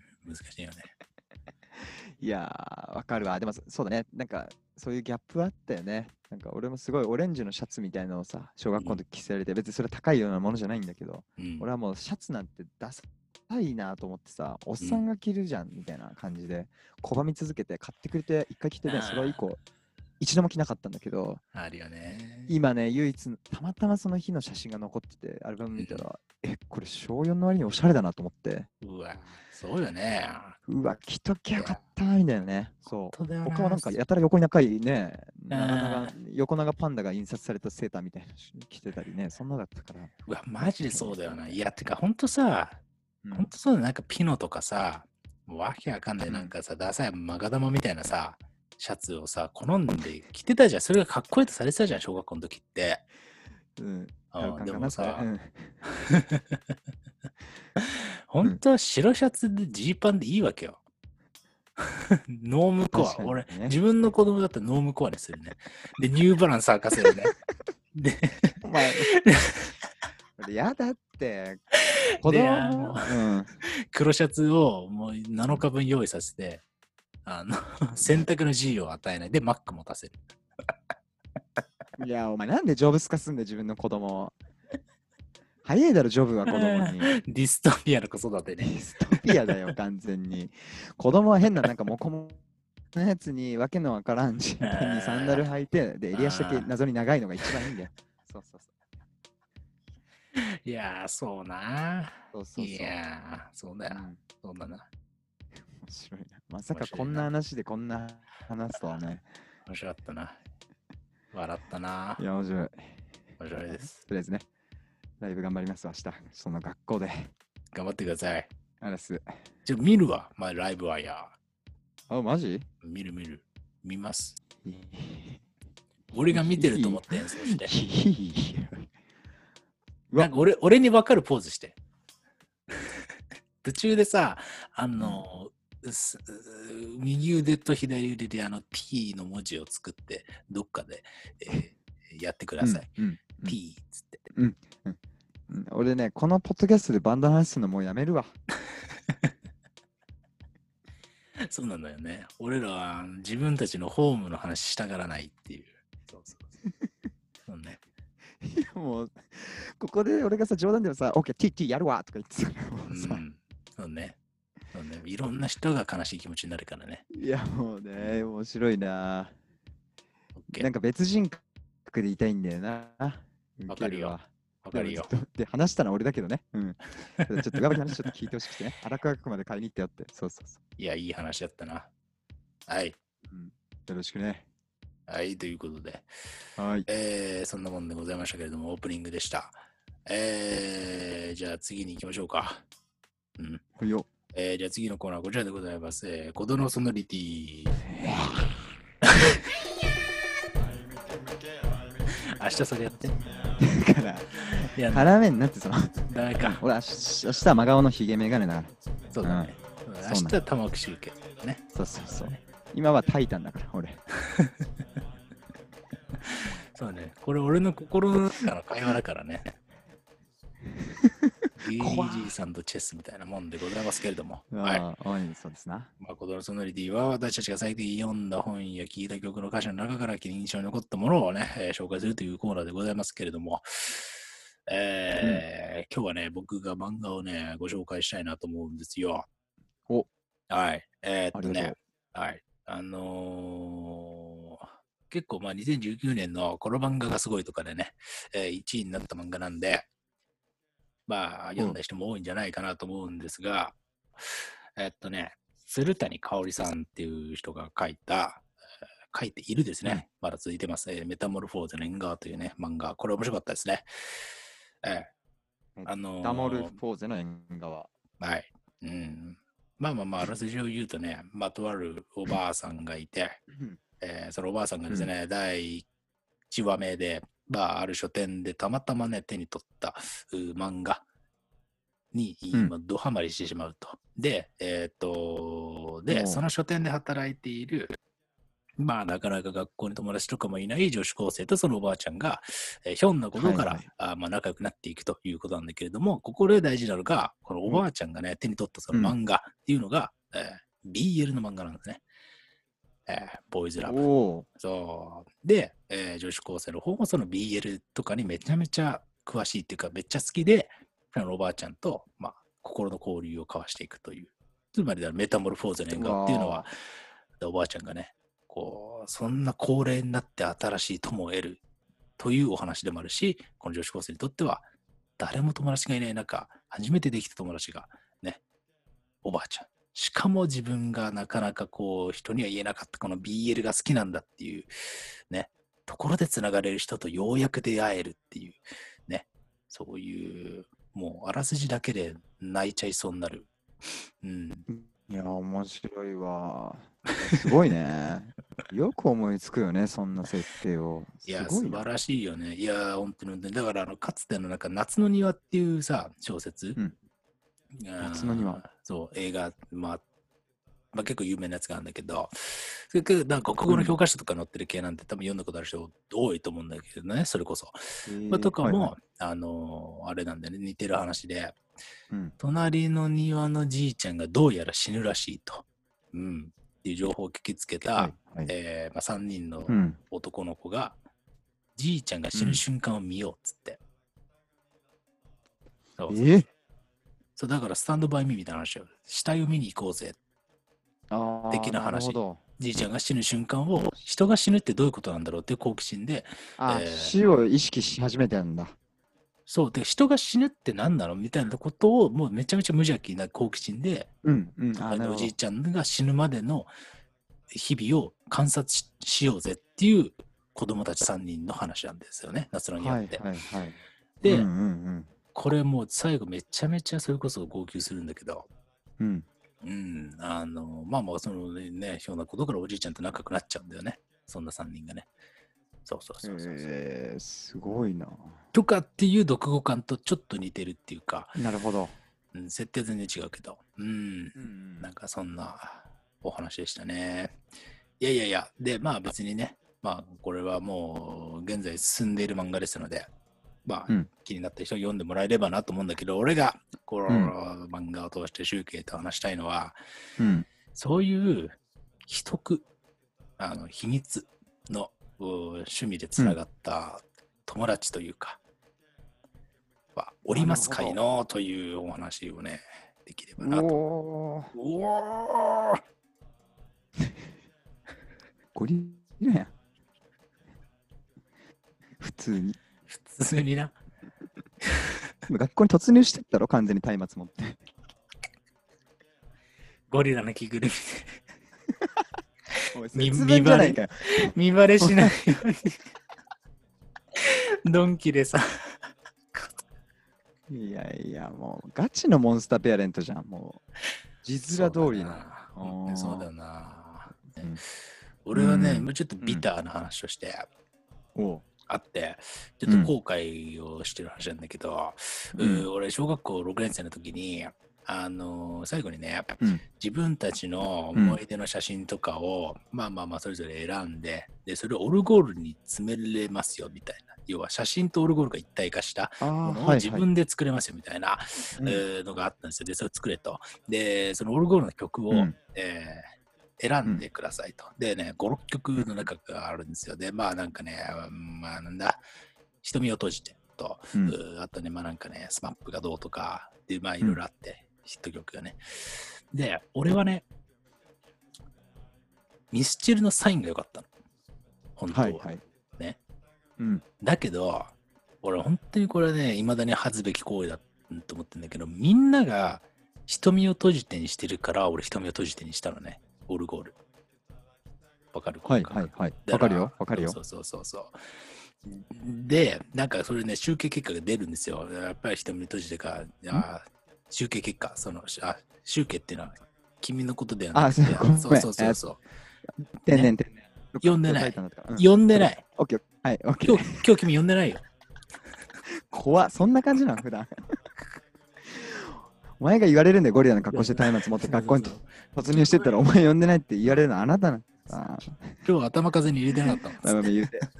難しいよね。 いやー、わかるわ。でもそうだね。なんか、そういうギャップあったよね。なんか、俺もすごいオレンジのシャツみたいなのをさ、小学校の時着せられて、うん、別にそれ高いようなものじゃないんだけど、うん、俺はもうシャツなんてダサいなと思ってさ、おっさんが着るじゃん、みたいな感じで、拒み続けて、買ってくれて、一回着てね、それ以降、一度も着なかったんだけど、 あるよね。 今ね、唯一、たまたまその日の写真が残ってて、アルバム見たら、うん、え、これ小よんの割におしゃれだなと思って。 うわ、そうよね。 うわ、着ときゃよかったみたいなね。そう。他はなんかやたら横に長いね、長々横長パンダが印刷されたセーターみたいなの着てたりね、そんなだったから。 うわ、マジでそうだよな。いや、てか、ほんとさ、うん、ほんとそうだ、なんかピノとかさ、わけわかんない、なんかさ、ダサいマガダマみたいなさ、シャツをさ、好んで着てたじゃん。それがかっこいいとされてたじゃん、小学校の時って。 うん。 うん、でもさ、 うん、 本当は白シャツでジーパンでいいわけよ。ノームコア。ね、俺、自分の子供だったらノームコアにするね。で、ニューバランス履かせるね。で、 お前、やだって。子供、 うん、黒シャツをもうなのかぶん用意させて、あの洗濯の自由を与えないでマック持たせる。 いや、お前なんでジョブス化すんだよ、自分の子供。早いだろ、ジョブは子供に。 ディストピアの子育てね。 ディストピアだよ、完全に。子供は変な、なんかモコモコのやつにわけのわからんジーパンにサンダル履いて、で、襟足だけ謎に長いのが一番いいんだよ。そうそうそう。 いやー、そうな。 そうそうそう。 いやー、そうだよ。うん、そうだな。 面白いな。まさかこんな話でこんな話すとはね。 面白かったな。笑ったな。 いや、面白い。 面白いです。 とりあえずね、ライブ頑張ります、明日。その学校で。 頑張ってください。 あらす。 じゃ見るわ、まあ、ライブはや。 あ、マジ？ 見る見る。見ます。俺が見てると思って演奏して。なんか俺俺に分かるポーズして。途中でさ、あの、うん、右腕と左腕であの P の文字を作って、どっかで、えー、やってください。 うんうん、 P っつって、 うんうんうん。俺ね、このポッドキャストでバンドの話するのもうやめるわ。 そうなんだよね。俺らは自分たちのホームの話したがらないっていう。そうそうそう。そうね。 いやもう、ここで俺がさ、冗談でもさ、OK、ティーティー やるわとか言ってたから、 うん、そうね。そうね。いろんな人が悲しい気持ちになるからね。 いや、もうね、面白いな。OK、なんか別人格でいたいんだよな。 わかるよ。わかるよ。 で、話したのは俺だけどね。うん。ちょっとガバリ話ちょっと聞いてほしくてね。荒川区まで買いに行ってよって。そうそうそう。 いや、いい話だったな。はい。 よろしくね。 はい、ということで、 はい。 えー、そんなもんでございましたけれども、オープニングでした。えー、じゃあ次に行きましょうか。うん。 ほいよ。 えー、じゃあ次のコーナーはこちらでございます。えー、コドノソノリティ。明日それやって。 だから、 いや、 絡めんなってその。 ダメか。 俺、明日明日は真顔のヒゲメガネだから。 そうだね。 うん明日は玉木集計ね。 そうそうそう。今はタイタンだから、俺。 そうね。これ俺の心の中の会話だからね。ゲイリージーさんとチェスみたいなもんでございますけれども。はい。 ああ、そうですな。 まあ、コドノソノリティは私たちが最近読んだ本や聴いた曲の歌詞の中から印象に残ったものをね、えー紹介するというコーナーでございますけれども、えーうん、今日はね、僕が漫画をね、ご紹介したいなと思うんですよ。 おはい。えー、っとね、 あはい。あのー、結構まあにせんじゅうきゅうねんのこの漫画がすごいとかでね、えー、いちいになった漫画なんで、まあ読んだ人も多いんじゃないかなと思うんですが、えー、っとね、鶴谷香織さんっていう人が書いた、書いているですね。うん、まだ続いてます、えー。メタモルフォーゼの縁側というね、漫画。これ面白かったですね。えー、あのー、 メタモルフォーゼの縁側。 はい。うん。まあまあまあ、あらすじを言うとね、まとあるおばあさんがいて、えー、そのおばあさんがですね、うん、だいいちわめで、まあ、ある書店でたまたまね、手に取った漫画に、今、ドハマりしてしまうと。うん、で、えっ、ー、と、で、その書店で働いている、まあ、なかなか学校に友達とかもいない女子高生とそのおばあちゃんが、えー、ひょんなことから、はいはい、あまあ、仲良くなっていくということなんだけれども、ここで大事なのが、このおばあちゃんがね、うん、手に取ったその漫画っていうのが、うん、えー、ビーエル の漫画なんですね。えー、ボーイズラブ。そう。で、えー、女子高生の方もその ビーエル とかにめちゃめちゃ詳しいっていうか、めっちゃ好きで、あのおばあちゃんと、まあ、心の交流を交わしていくという。つまりだ、メタモルフォーゼの縁側っていうのは、おばあちゃんがね、こう、そんな高齢になって新しい友を得るというお話でもあるし、この女子高生にとっては、誰も友達がいない中、初めてできた友達が、ね、おばあちゃん。しかも自分がなかなかこう、人には言えなかったこの ビーエル が好きなんだっていう、ね、ところでつながれる人とようやく出会えるっていう、ね、そういう、もうあらすじだけで泣いちゃいそうになる。うん。 いや、面白いわ。すごいね。よく思いつくよね、そんな設定を。 いや、素晴らしいよね。いや、本当に。だから、あのかつてのなんか、夏の庭っていうさ、小説。 うん、夏の庭。 そう、映画、まあ、まあ、結構有名なやつがあるんだけど、それからなんか国語の教科書とか載ってる系なんて、うん、多分読んだことある人多いと思うんだけどね、それこそ。まあ、とかも、はいはい、あのー、あれなんだよね、似てる話で、うん、隣の庭のじいちゃんがどうやら死ぬらしいと。うん。っていう情報を聞きつけた、はいはい、えーまあ、さんにんの男の子が、うん、じいちゃんが死ぬ瞬間を見ようっつって。うん、そうそうえー、 そうだからスタンドバイミーみたいな話を死体を見に行こうぜ的な話。じいちゃんが死ぬ瞬間を、人が死ぬってどういうことなんだろうっていう好奇心で、 あ、えー、死を意識し始めてるんだ。 そうで、人が死ぬって何なのみたいなことをもうめちゃめちゃ無邪気な好奇心で、 うんうん、 あのおじいちゃんが死ぬまでの日々を観察 し, しようぜっていう子供たちさんにんの話なんですよね、夏の庭って。 はいはいはい、 で、 うんうんうん、 これもう最後めちゃめちゃそれこそ号泣するんだけど、 うんうん、あのまあまあそのね、ひょんなことからおじいちゃんと仲良くなっちゃうんだよね、そんなさんにんがね。そうそうそうそうそう。 えー、すごいな。 とかっていう読後感とちょっと似てるっていうか。 なるほど。 うん、設定全然違うけど。うん。うん、なんかそんなお話でしたね。いやいやいや。で、まあ別にね、まあこれはもう現在進んでいる漫画ですので、まあ、うん、気になった人読んでもらえればなと思うんだけど、俺がこの漫画を通して集計と話したいのは、うん、そういう秘匿、あの秘密の趣味でつながった友達というか、うん、おりますかいのというお話をね、できればなと。おーおーゴリラやん。普通に。 普通にな。 学校に突入してったろ、完全に松明持って。 ゴリラの着ぐるみで。 おい見節分じゃないかよ。 見バレしないように。ドンキでさ。 いやいや、もうガチのモンスターペアレントじゃん。もう字面通りの。 の。そうだよな。 うん俺はね、 うんもうちょっとビターな話をして、 おうあって、ちょっと後悔をしてる話なんだけど、 うんうー俺、小学校ろくねん生の時に、あのー最後にね、 うん自分たちの思い出の写真とかを、まあまあまあ、それぞれ選んで、で、それをオルゴールに詰めれますよ、みたいな。要は、写真とオルゴールが一体化したあものをーはい自分で作れますよ、みたいな、 うんえーのがあったんですよ。で、それを作れと。で、そのオルゴールの曲を、 うんえー選んでくださいと。でね、ご、ろっきょくの中があるんですよ。で、まあなんかね、まあなんだ、瞳を閉じてと、 うんうーあとね、まあなんかね、スマップがどうとか、で、まあいろいろあって、ヒット曲がね。で、俺はね、ミスチルのサインが良かったの。本当は。 はいはい。 ね。 うんだけど、俺本当にこれね、未だに恥ずべき行為だと思ってんだけど、みんなが瞳を閉じてにしてるから、俺瞳を閉じてにしたのね。オルゴール。わかるはいはいはい。わかるよわかるよ。 そうそうそうそう。で、なんかそれね、集計結果が出るんですよ。やっぱり瞳閉じてか、あ集計結果、その、あ集計っていうのは君のことではなくて、 あそうごめんそうそうそうそう。 天然天然。 読んでない書たんだったからうん読んでない。 オッケー。はい、オッケー。 今日、今日君読んでないよ。 怖っそんな感じなの普段。お前が言われるんだよ、ゴリラの格好して松明持って学校に突入してったら、お前呼んでないって言われるのはあなたな。あ今日頭風に入れてなかったあ、 もん。 まあ言うて。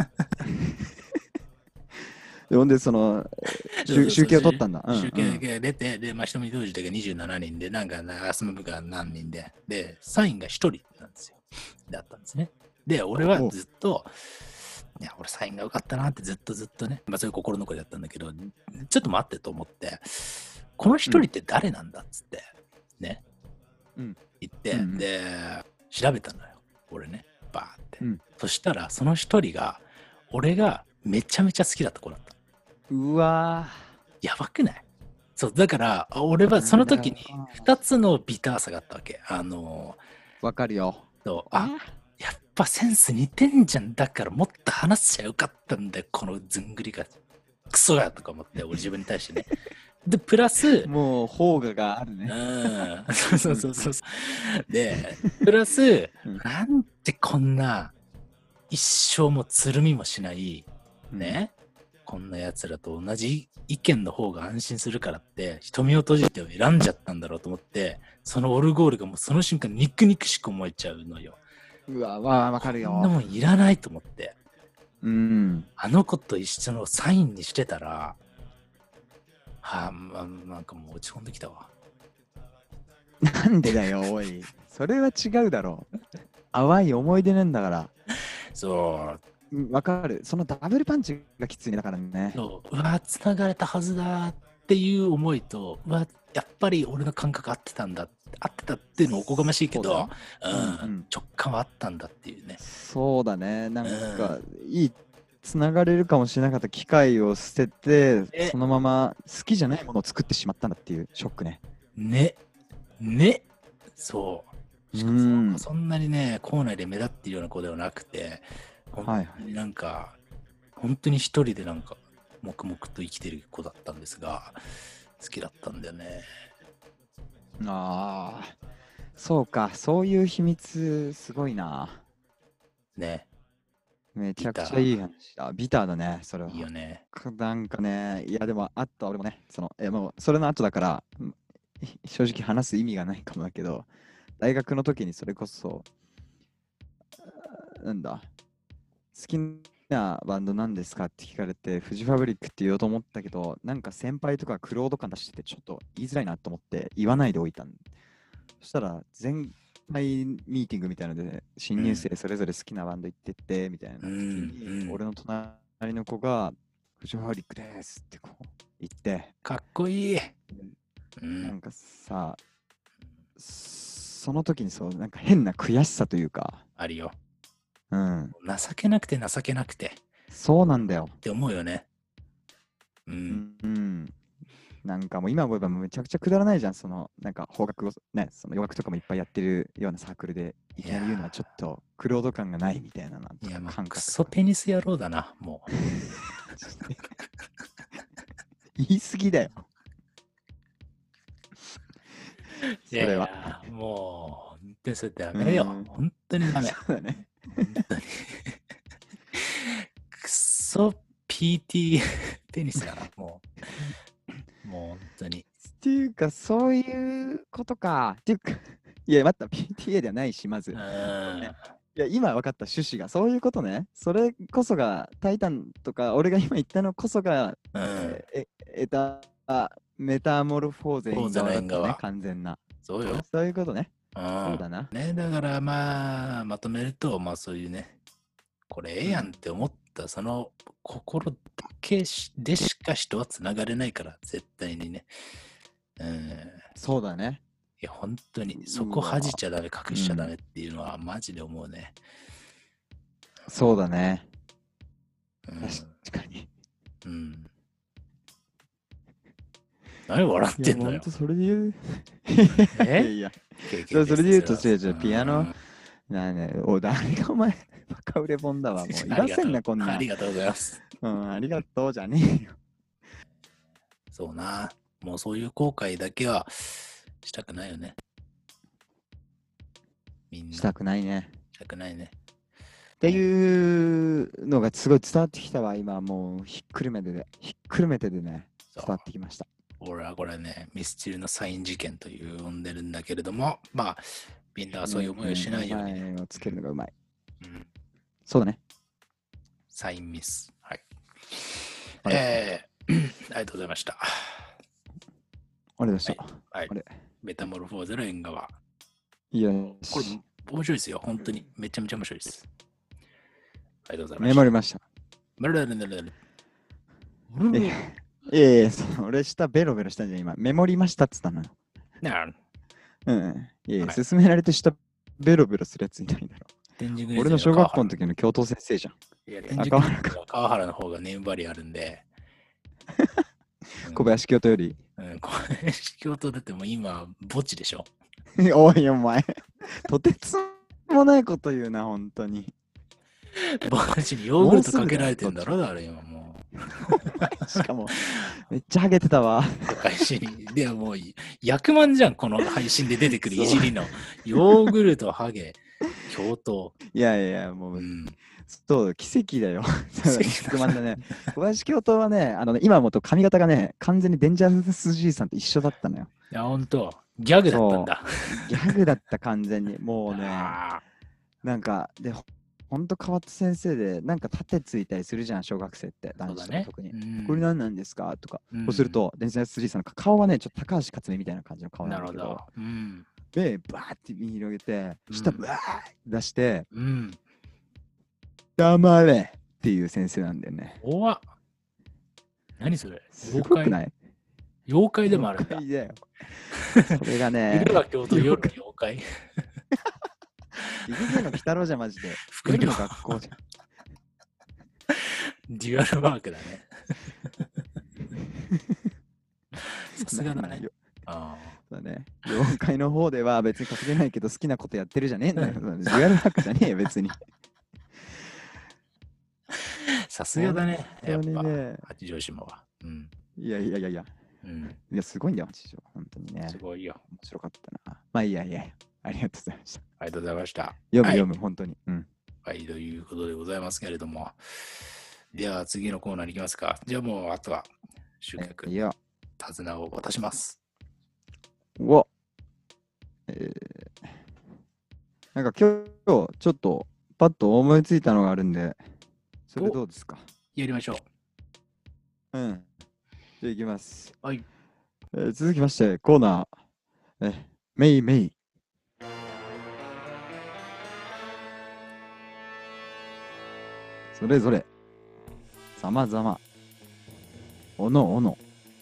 でほんで、その、集集計を取ったんだ。うんうん集計が出て、で、まあ、瞳閉じてがにじゅうななにんで、なんか、アスマブが何人で、で、サインがひとりなんですよ。だったんですね。で、俺はずっと、いや、俺サインが良かったなってずっとずっとね、まあ、そういう心残りだったんだけど、ちょっと待ってと思って、このひとりって誰なんだっつって、ね、 うん言って、 うんうんで、調べたのよ。俺ね、バーって。 うんそしたら、そのひとりが、俺がめちゃめちゃ好きだった子だった。 うわやばくないそう、だから、あ俺はその時にふたつのビターさがあったわけ。あのー、わかるよ。 そうあ、やっぱセンス似てんじゃん。だからもっと話しちゃよかったんだよ。このずんぐりが。クソがとか思って、俺自分に対してね。で、プラス、 もう、邦画があるうね。 ん、そうそうそうそうそう。で、プラス、 うんなんてこんな、一生もつるみもしない、ね、こんな奴らと同じ意見の方が安心するからって、瞳を閉じてを選んじゃったんだろうと思って、そのオルゴールがもうその瞬間、肉肉しく思えちゃうのよ。 うん。うわ、わあ、わかるこんなよ。 もんいらないと思って、 うん。 あの子と一緒のサインにしてたら、はあ、ま、なんかもう落ち込んできたわ。 なんでだよ、おい。それは違うだろう。淡い思い出なんだから。 そう、 うんわかる。そのダブルパンチがきついねだからね。 そう、うわ、繋がれたはずだっていう思いと、うわ、やっぱり俺の感覚合ってたんだ、合ってたっていうのおこがましいけど、うん、 うんうん直感はあったんだっていうね。 そうだね。なんか、いい、つながれるかもしれなかった機会を捨ててえ、 そのまま好きじゃないものを作ってしまったんだっていうショックね。 ね、ね、そう。しかもそうんそんなにね、校内で目立っているような子ではなくて、本はい当になんか、本当に一人でなんか、黙々と生きてる子だったんですが、好きだったんだよね。 ああ、そうか。そういう秘密、すごいな。 ね、 めちゃくちゃいい話だ。ビターだね、それは。 いいよね。 なんかね、いやでもあった俺もね、その、いやもうそれの後だから、うん正直話す意味がないかもだけど、大学の時にそれこそ、あなんだ、好きなバンドなんですかって聞かれて、フジファブリックって言おうと思ったけど、なんか先輩とかクロード感出してて、ちょっと言いづらいなと思って言わないでおいたん。そしたら、全体ミーティングみたいなので、新入生それぞれ好きなバンド行ってってみたいな時に、 うんうん俺の隣の子が、フジファブリックですってこう言って、 かっこいい。うなんんかさ、その時にそう、なんか変な悔しさというか、 あるよ。 うん、 情けなくて情けなくてっそうなんだよ。 て思うよね。う。 うんん、うん。なんかもう今思えばめちゃくちゃくだらないじゃん、そのなんか邦楽をね、その洋楽とかもいっぱいやってるようなサークルでいきなり言うのはちょっとクロード感がないみたいなな。 いや、まあ、 感覚クソペニス野郎だな、もう。 言い過ぎだよ。 いやいそれは。 や、もう、本当にそれダメよ。 うん本当にダメ。 そうだね。 本当に。クソ ピーティー ペニスだな、もう。もう本当に。 っていうか、そういうことか。っていうか、いや、また ピーティーエー ではないし、まず。 うん。 いや、今分かった趣旨が、そういうことね。それこそが、タイタンとか、俺が今言ったのこそが、 うん。 え、えた、メタモルフォーゼフォーゼの縁側ね、完全な。 そうよ。 そういうことね。 うん。 そうだな。 ね、だからまあ、まとめると、まあそういうね、これええやんって思った、その心だけしでしか人はつながれないから、絶対にね。うん。 そうだね。 いや、本当に、そこ恥じちゃダメ、隠しちゃダメっていうのは、マジで思うね。 そうだね。 うん。 確かに。 うん。何笑ってんのよほんと。それで言う。 えいやいや。 経験そうそれで言うと、 です違う違う、ピアノうんなあね、お、誰がお前、バカ売れ本だわ。もう、いませんな、こんなあり。がとうございます。 うん、ありがとうじゃねえよ。 そうな。もうそういう後悔だけはしたくないよね。みんな。 したくないね。 したくないね。 っていうのがすごい伝わってきたわ、今もうひっくるめてで、ひっくるめてでね、 そう伝わってきました。 俺はこれね、ミスチルのサイン事件という呼んでるんだけれども、まあ、みんなはそういう思いをしないようにね。 名前をつけるのがうまい。 うん、 そうだね。 サインミス。はい。 あれえー、ありがとうございました。 あれでした。 はいあ。れメタモルフォーゼの縁側。 いや、 これ、面白いですよ。本当に。めちゃめちゃ面白いです。ありがとうございました。 メモりました。 メロメロメロメロいやいやいや、そう俺下ベロベロしたんじゃん、今。メモりましたっつったのよ。 なあうん。いやいや、 はい勧められて下ベロベロするやついないだろ。 天竺俺の小学校の時の教頭先生じゃん。 いや、天竺川原は川原の方がネームバリューあるんで。うん小林教頭より。 うん、小林教頭だってもう今、墓地でしょ。 おいお前、とてつもないこと言うな、本当に。 墓地にヨーグルトかけられてんだろ、あれ今もう。 しかも、めっちゃハゲてたわ。 配信に。でももう、役満じゃん、この配信で出てくるいじりの。ヨーグルト、ハゲ、教頭。 いやいや、もう、 うん。 そう、奇跡だよ。 跡だ肉まんだね。小林教頭はね、あのね、今もと髪型がね、完全にデンジャラスじいさんと一緒だったのよ。 いや、ほんと、ギャグだったんだ。 ギャグだった、完全に。もうね、 あなんか、で、ほほんと変わった先生で、なんか盾ついたりするじゃん、小学生って。 ーそうだ男子とかね。 特に。 うんこれ何なんですかとか。 うんそうすると、デンジャラスじいさんの顔はね、ちょっと高橋克実みたいな感じの顔なだけど、 なんるほど。うん。 で、バーって見広げて、 うん下バーって出して、 うん。 黙れっていう先生なんだよね。 怖っ。何それすごくない妖怪でもあるんだ。 妖怪だよ。それがね、 昼は京都、夜の妖怪。 イグゼの鬼太郎じゃマジで。 副業夜の学校じゃん。 デュアルワークだね。さすがだね。 よあそうだね。妖怪の方では別に稼げないけど好きなことやってるじゃねえんだよ。デュアルワークじゃねえよ、別に。 ーさすがだね。やっぱ、 本当にね。 八丈島は。うん。 いやいやいやいや。 うん。 いや、すごいんだよ、八条。本当にね。 すごいよ。 面白かったな。まあいいやいや。ありがとうございました。 ありがとうございました。 読むはい読む、本当に。うん。 はい、ということでございますけれども。では、次のコーナーに行きますか。じゃあもう、あとは、集客、 いや、 手綱を渡します。 うわ。えー、なんか今日、ちょっと、パッと思いついたのがあるんで、それどうですか？ やりましょう。 うん。じゃあいきます。 はい。 えー続きまして、コーナー、え、メイメイ。それぞれ、さまざま、おのおの。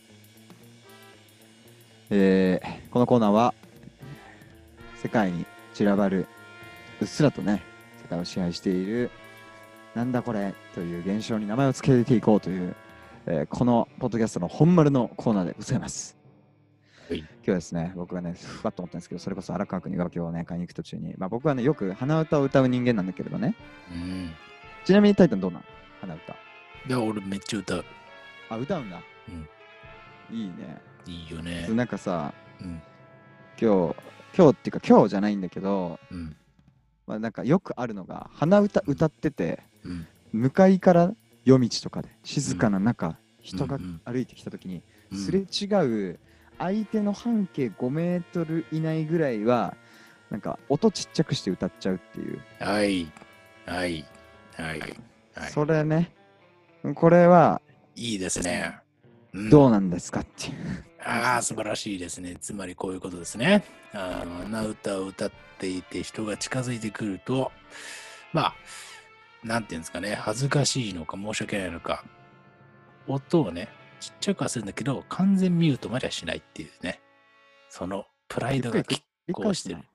えー、このコーナーは、世界に散らばる、うっすらとね、世界を支配している、なんだこれという現象に名前を付けていこうという、えーこのポッドキャストの本丸のコーナーでございます。 い。 今日はですね、僕がね、ふわっと思ったんですけど、それこそ荒川区に楽器をね、買いに行く途中に、まあ僕はね、よく鼻歌を歌う人間なんだけれどね。 うん。 ちなみにタイタンどうなん鼻歌。 いや、俺めっちゃ歌う。 あ、歌うんだ。 うん。 いいね。 いいよね。 なんかさ、 うん。 今日、今日っていうか今日じゃないんだけど、 うん。 まあなんかよくあるのが、鼻歌歌ってて、 うん。 向かいから夜道とかで静かな中、 うん人がうん歩いてきた時に、 うんすれ違う相手の半径ごメートル以内ぐらいはなんか音ちっちゃくして歌っちゃうっていう、 はい。はい。はい。はい。 それね、これはいいですね。うんどうなんですかっていう、 ああ、素晴らしいですね。つまりこういうことですね。あの、鼻歌を歌っていて人が近づいてくると、まあ、なんていうんですかね、恥ずかしいのか申し訳ないのか、音をね、ちっちゃくはするんだけど、完全ミュートまではしないっていうね、そのプライドが拮抗してる。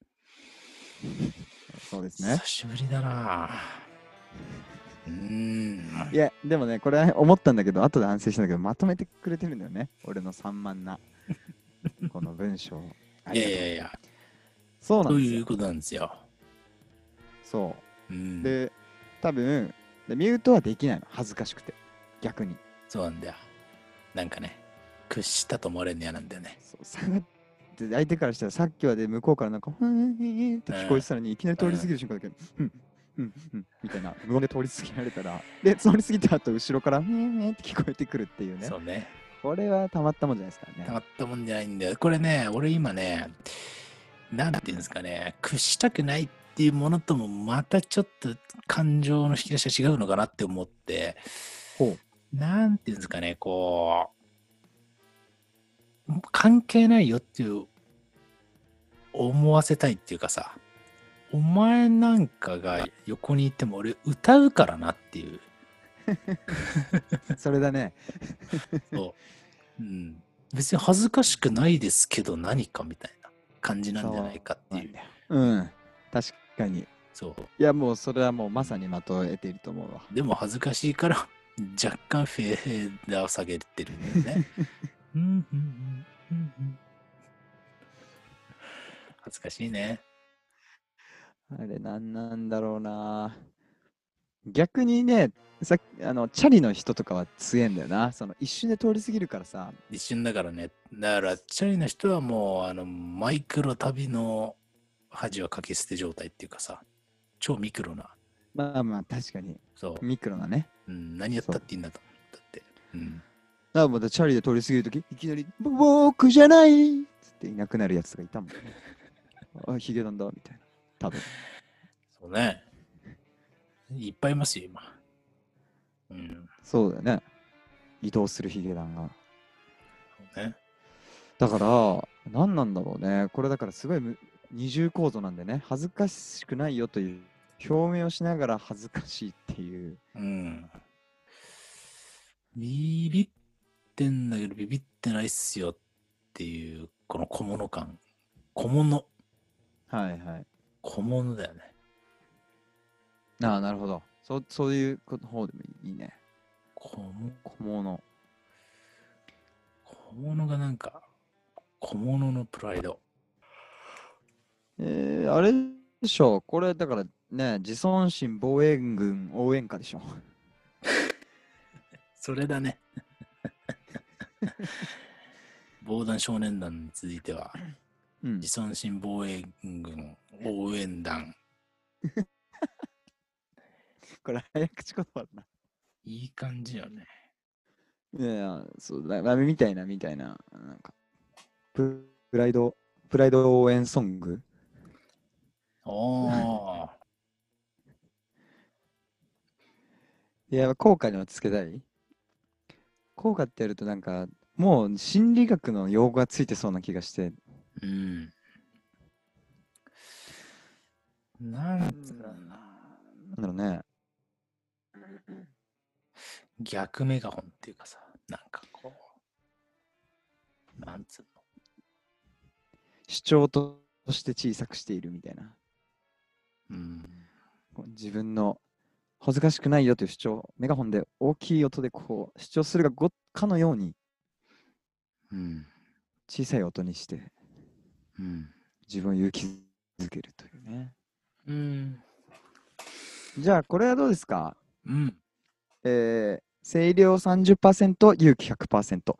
そうですね。 久しぶりだなぁ。うーん。 いやでもね、これ思ったんだけど、後で反省したんだけど、まとめてくれてるんだよね、俺の散漫なこの文章。 いやいやいや、 そうなんですよ。 そういうことなんですよ。 そう。 うん、 で、多分でミュートはできないの、恥ずかしくて。逆に。 そうなんだよ。なんかね、屈したと思われるの嫌なんだよね。 そう下がって相手からしたらさっきはで向こうからなんか、ふーんって聞こえてたのに、いきなり通り過ぎる瞬間だけ、ふん、ふん、ふん、みたいな、無言で通り過ぎられたら、で、通り過ぎた後、後ろから、ふーんって聞こえてくるっていうね。 そうね。 これはたまったもんじゃないですからね。 たまったもんじゃないんだよ。これね、俺今ね、なんていうんですかね、屈したくないっていうものともまたちょっと感情の引き出しが違うのかなって思って、 ほう。 なんていうんですかね、こう、関係ないよっていう思わせたいっていうかさ、お前なんかが横にいても俺歌うからなっていう。 それだね。 そう。うん。別に恥ずかしくないですけど何かみたいな感じなんじゃないかっていう。 ううん。確かに。 そう。 いや、もうそれはもうまさに的を得ていると思うわ。 でも恥ずかしいから若干フェーダーを下げてるんだよね。うんうんうんうんうん恥ずかしいね。 あれ、なんなんだろうな。逆にね、さっき、あの、チャリの人とかは強いんだよな。その、一瞬で通り過ぎるからさ。 一瞬だからね。だから、チャリの人はもう、あの、マイクロ旅の恥はかけ捨て状態っていうかさ、超ミクロな。 まあまあ、確かに。 そう。 ミクロなね。 うん、何やったっていいんだと思ったって。うん。 だからまたチャリで通り過ぎるとき、いきなり、僕じゃないっつっていなくなるやつがいたもんね。あ、ヒゲなんだ、みたいな。多分。 そうね。いっぱいいますよ、今。うん。 そうだよね。移動するヒゲダンが。 そうね。 だから、何なんだろうね。これだからすごいむ二重構造なんでね。恥ずかしくないよという表明をしながら恥ずかしいっていう。 うん。ビビってんだけど、ビビってないっすよっていう、この小物感。小物。 はいはい。 小物だよね。 ああ、なるほど。そうそういう方でもいいね。 小物。 小物。 小物がなんか、小物のプライド。 えー、あれでしょ。これだからね、自尊心防衛軍応援歌でしょ。 それだね。防弾少年団に続いては、 うん、 自尊心防衛軍応援団。 これ早口言葉だな。 いい感じよね。 いやいや、そうだ、まあみたいな、みたいな。なんかプ、プライド、プライド応援ソング。 おー。 いや、効果にはつけたい。効果ってやるとなんか、もう心理学の用語がついてそうな気がして。 うん。なんつうのかな。 なんだろうね。 逆メガホンっていうかさ、なんかこう、なんつうの。 主張として小さくしているみたいな。 うん。 こう自分の恥ずかしくないよという主張、メガホンで大きい音でこう主張するがごかのようにうん。 小さい音にして、 うん、 自分を勇気づけるというね。 うん。 じゃあ、これはどうですか？ うん。 えー、声量 さんじゅっパーセント、勇気 ひゃくパーセント。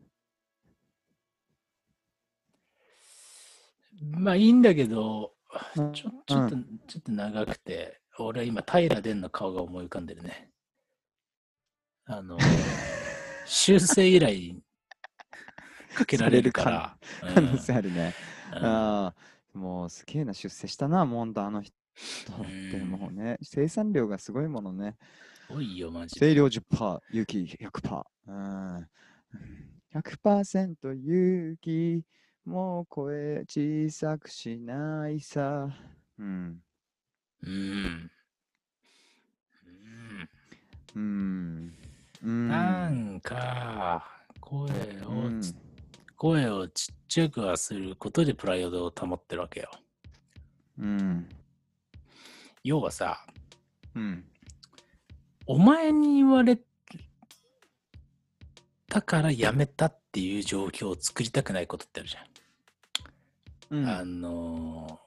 まあいいんだけど、 うん。 ちょ、ちょっと、ちょっと長くて、俺は今、平殿の顔が思い浮かんでるね。あの、修正以来かけられるから。 可能性あるね。 うん、 ああ、もうすげえな、出世したな、もうほんとあの人ってもうね、生産量がすごいものね。 多いよ、マジで。 声量 じゅっパーセント、勇気 ひゃくパーセント。うん。ひゃくパーセント 勇気、もう声小さくしないさ。うん。 うん。 うん。うん。 なんか、声をち、 うん。 声をちっちゃくはすることでプライドを保ってるわけよ。 うん。 要はさ、 うん。 お前に言われたからやめたっていう状況を作りたくないことってあるじゃん。 うん、 あの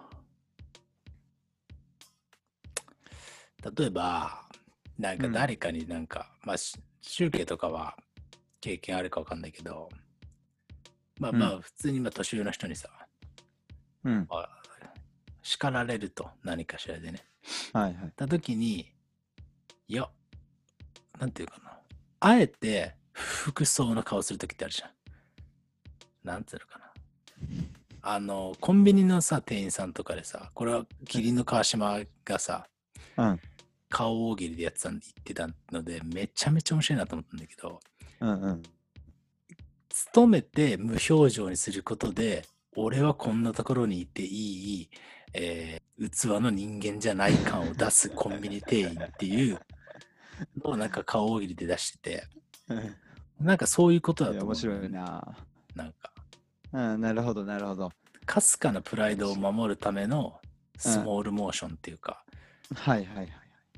ー、例えば、なんか誰かになんか、うん、まあ、集計とかは経験あるかわかんないけど、まあまあ、普通にまあ年上の人にさ、 うん、 まあ、叱られると、何かしらでね。 はいはい。 たときに、いや、なんていうかな。あえて服装の顔するときってあるじゃん。なんつうのかな。あの、コンビニのさ、店員さんとかでさ、これはキリンの川島がさ、 うん、 顔大喜利でやってたんで言ってたので、めちゃめちゃ面白いなと思ったんだけど、 うんうん。 努めて無表情にすることで、俺はこんなところにいていい、えー、器の人間じゃない感を出すコンビニ店員っていうのをなんか顔大喜利で出してて、なんかそういうことだと思う。 面白いな。 なんか。 うん、なるほど、なるほど。 かすかなプライドを守るためのスモールモーションっていうか、 うん、はいはいはい。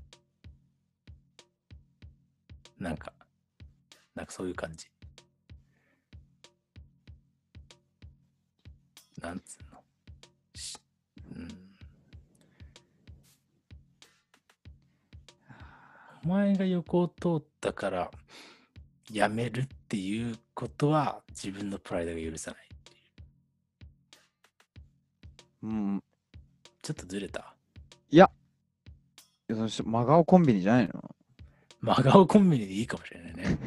なんか、なんかそういう感じ。なんつうの。うん。お前が横を通ったからやめるっていうことは自分のプライドが許さないっていう。うん。ちょっとずれた。 いや、いや真顔コンビニじゃないの？ 真顔コンビニでいいかもしれないね。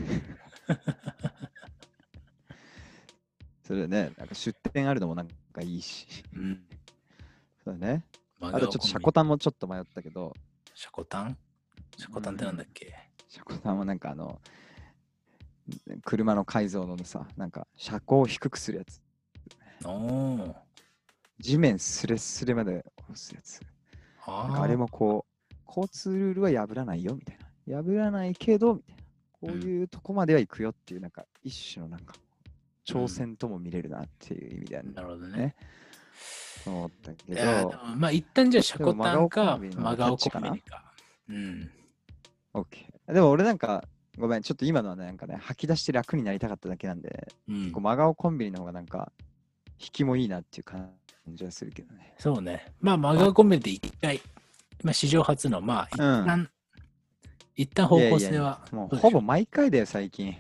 それね、なんか出店あるのもなんかいいし。うん。そうだね。あとちょっとシャコタンもちょっと迷ったけど。 シャコタンシャコタンってなんだっけ、うん、 シャコタンはなんかあの、車の改造のさ、なんか車高を低くするやつ。お地面すれすれまで押すやつ。あなんかあれもこう、交通ルールは破らないよみたいな。破らないけど、みたいな。こういうとこまでは行くよっていう、なんか一種のなんか、挑戦とも見れるなっていう意味ではね。うん、なるほどね。思ったけど。 まあ一旦じゃあシャコタンか真顔コンビニか。うん。 オッケー。でも俺なんか、ごめん、ちょっと今のはね、なんかね、吐き出して楽になりたかっただけなんで、うん、結構真顔コンビニの方がなんか、引きもいいなっていう感じはするけどね。 そうね。まあ真顔コンビニで一回、まあ史上初の、まあ一旦、うん、一旦方向性は。いやいやもうほぼ毎回だよ、最近。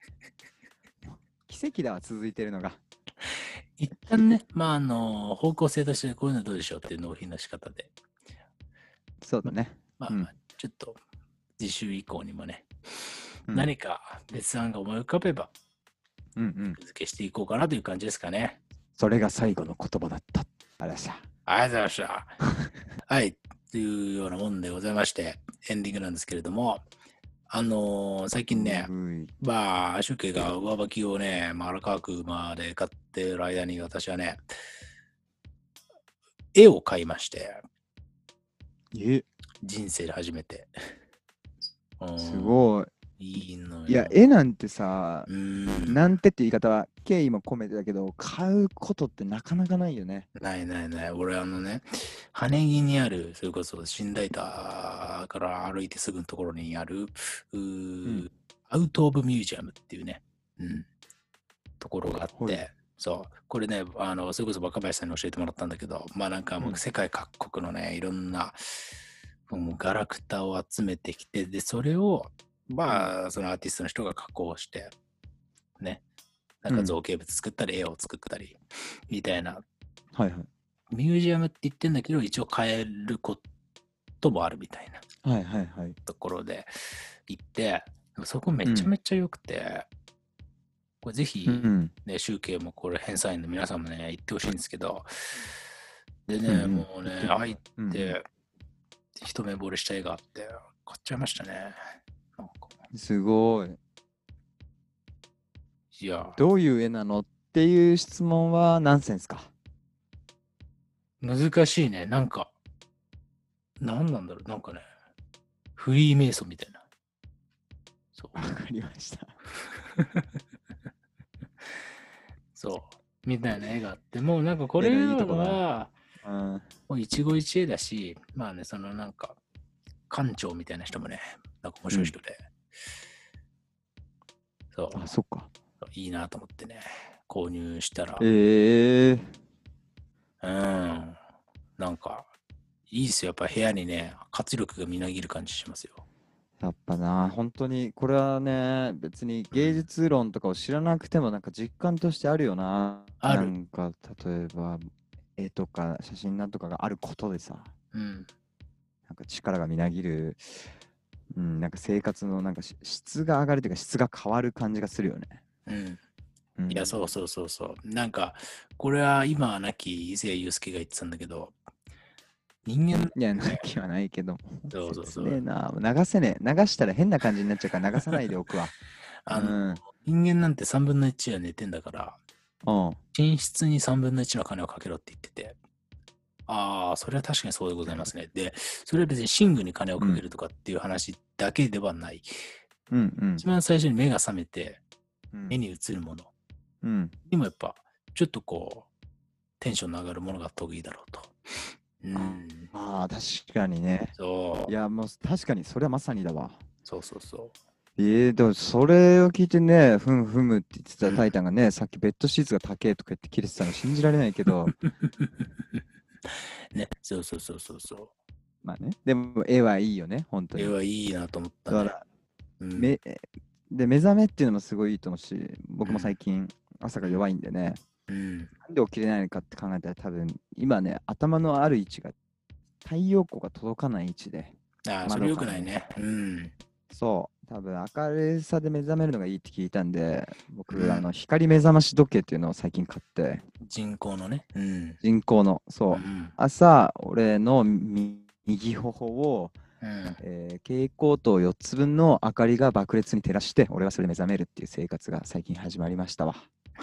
奇跡だわ、続いてるのが。 一旦ね、まああの、方向性としてこういうのどうでしょうっていう納品の仕方で。 そうだね。 まあ、まあ、ちょっと、次週以降にもね、うん、何か別案が思い浮かべば、うんうん。付けしていこうかなという感じですかね。 それが最後の言葉だった。あらさ。 ありがとうございました。はい。というようなもんでございまして、エンディングなんですけれども、あのー、最近ね、まあ、シュウケイが上履きをね、まあ、荒川区まで買ってる間に私はね、絵を買いまして、 え人生で初めて。 すごい。 いいのよ。 いや、絵なんてさ、んなんてって言い方は敬意も込めてだけど、買うことってなかなかないよね。 ないないない。俺あのね、羽木にある、それこそ新大田から歩いてすぐのところにある、う、うん、アウト・オブ・ミュージアムっていうね、うん、ところがあって、 そう。これね、あの、それこそ若林さんに教えてもらったんだけど、まあなんかもう世界各国のね、いろんな、もうガラクタを集めてきて、で、それを、まあ、そのアーティストの人が加工して、ね、なんか造形物作ったり、絵を作ったり、みたいな、 はいはい。 ミュージアムって言ってんだけど、一応変えることもあるみたいな、 はいはいはい。 ところで行って、そこめちゃめちゃ良くて、これぜひ、ね、集計もこれ返済員の皆さんもね、行ってほしいんですけど、でね、うんうん、もうね、入って、うんうん、一目惚れした絵があって、買っちゃいましたね。なんかすごい。 いや。 どういう絵なのっていう質問はナンセンスか。 難しいね。なんか、何なんだろう。なんかね、フリーメイソンみたいな。 そう。わかりました。 そう。みたいな絵があって、もうなんかこれは、もう一期一会だし、まあね、そのなんか、館長みたいな人もね、なんか面白い人で。うん、そう。 あ、そっか。 いいなと思ってね、購入したら。 ええー。 うん。なんか、いいですよ。やっぱ部屋にね、活力がみなぎる感じしますよ。 やっぱな、本当に、これはね、別に芸術論とかを知らなくても、なんか実感としてあるよな。 ある。 なんか、例えば、絵とか写真なんとかがあることでさ、 うん、 なんか力がみなぎる、うん、なんか生活のなんか質が上がるというか、質が変わる感じがするよね。 うんうん、いや、そうそうそうそう。なんか、これは今は亡き伊勢谷友介が言ってたんだけど、人間、ね、 いや、なきはないけど、 そうそうそう。 ねえな、流せねえ。流したら変な感じになっちゃうから流さないでおくわ。 あの、うん、人間なんてさんぶんのいちは寝てんだから、 うん、 寝室にさんぶんのいちの金をかけろって言ってて、ああ、それは確かにそうでございますね。で、それは別に寝具に金をかけるとかっていう話だけではない。 うんうん、 一番最初に目が覚めて、目に映るもの。 うん、 にもやっぱ、ちょっとこう、テンションの上がるものが得意だろうと。 うん、ああ、確かにね。 そう。 いや、もう確かにそれはまさにだわ。 そうそうそう。 ええー、でもそれを聞いてね、ふむふむって言ってたタイタンがね、うん、さっきベッドシーツが高えとか言って切れてたの信じられないけど。 ね、そうそうそうそうそう。 まあね、でも絵はいいよね、本当に。 絵はいいなと思ったね。 だから、うん、めで目覚めっていうのもすごいいいと思うし、僕も最近朝が弱いんでね、うん、なんで起きれないのかって考えたら多分今ね、頭のある位置が太陽光が届かない位置で。 ああ、それよくないね。うん。 そう、多分明るさで目覚めるのがいいって聞いたんで、僕、うん、あの光目覚まし時計っていうのを最近買って。 人工のね。うん、 人工の、そう。うん、朝、俺の右頬を、うんえー、蛍光灯よっつぶんの明かりが爆裂に照らして、俺はそれ目覚めるっていう生活が最近始まりましたわ。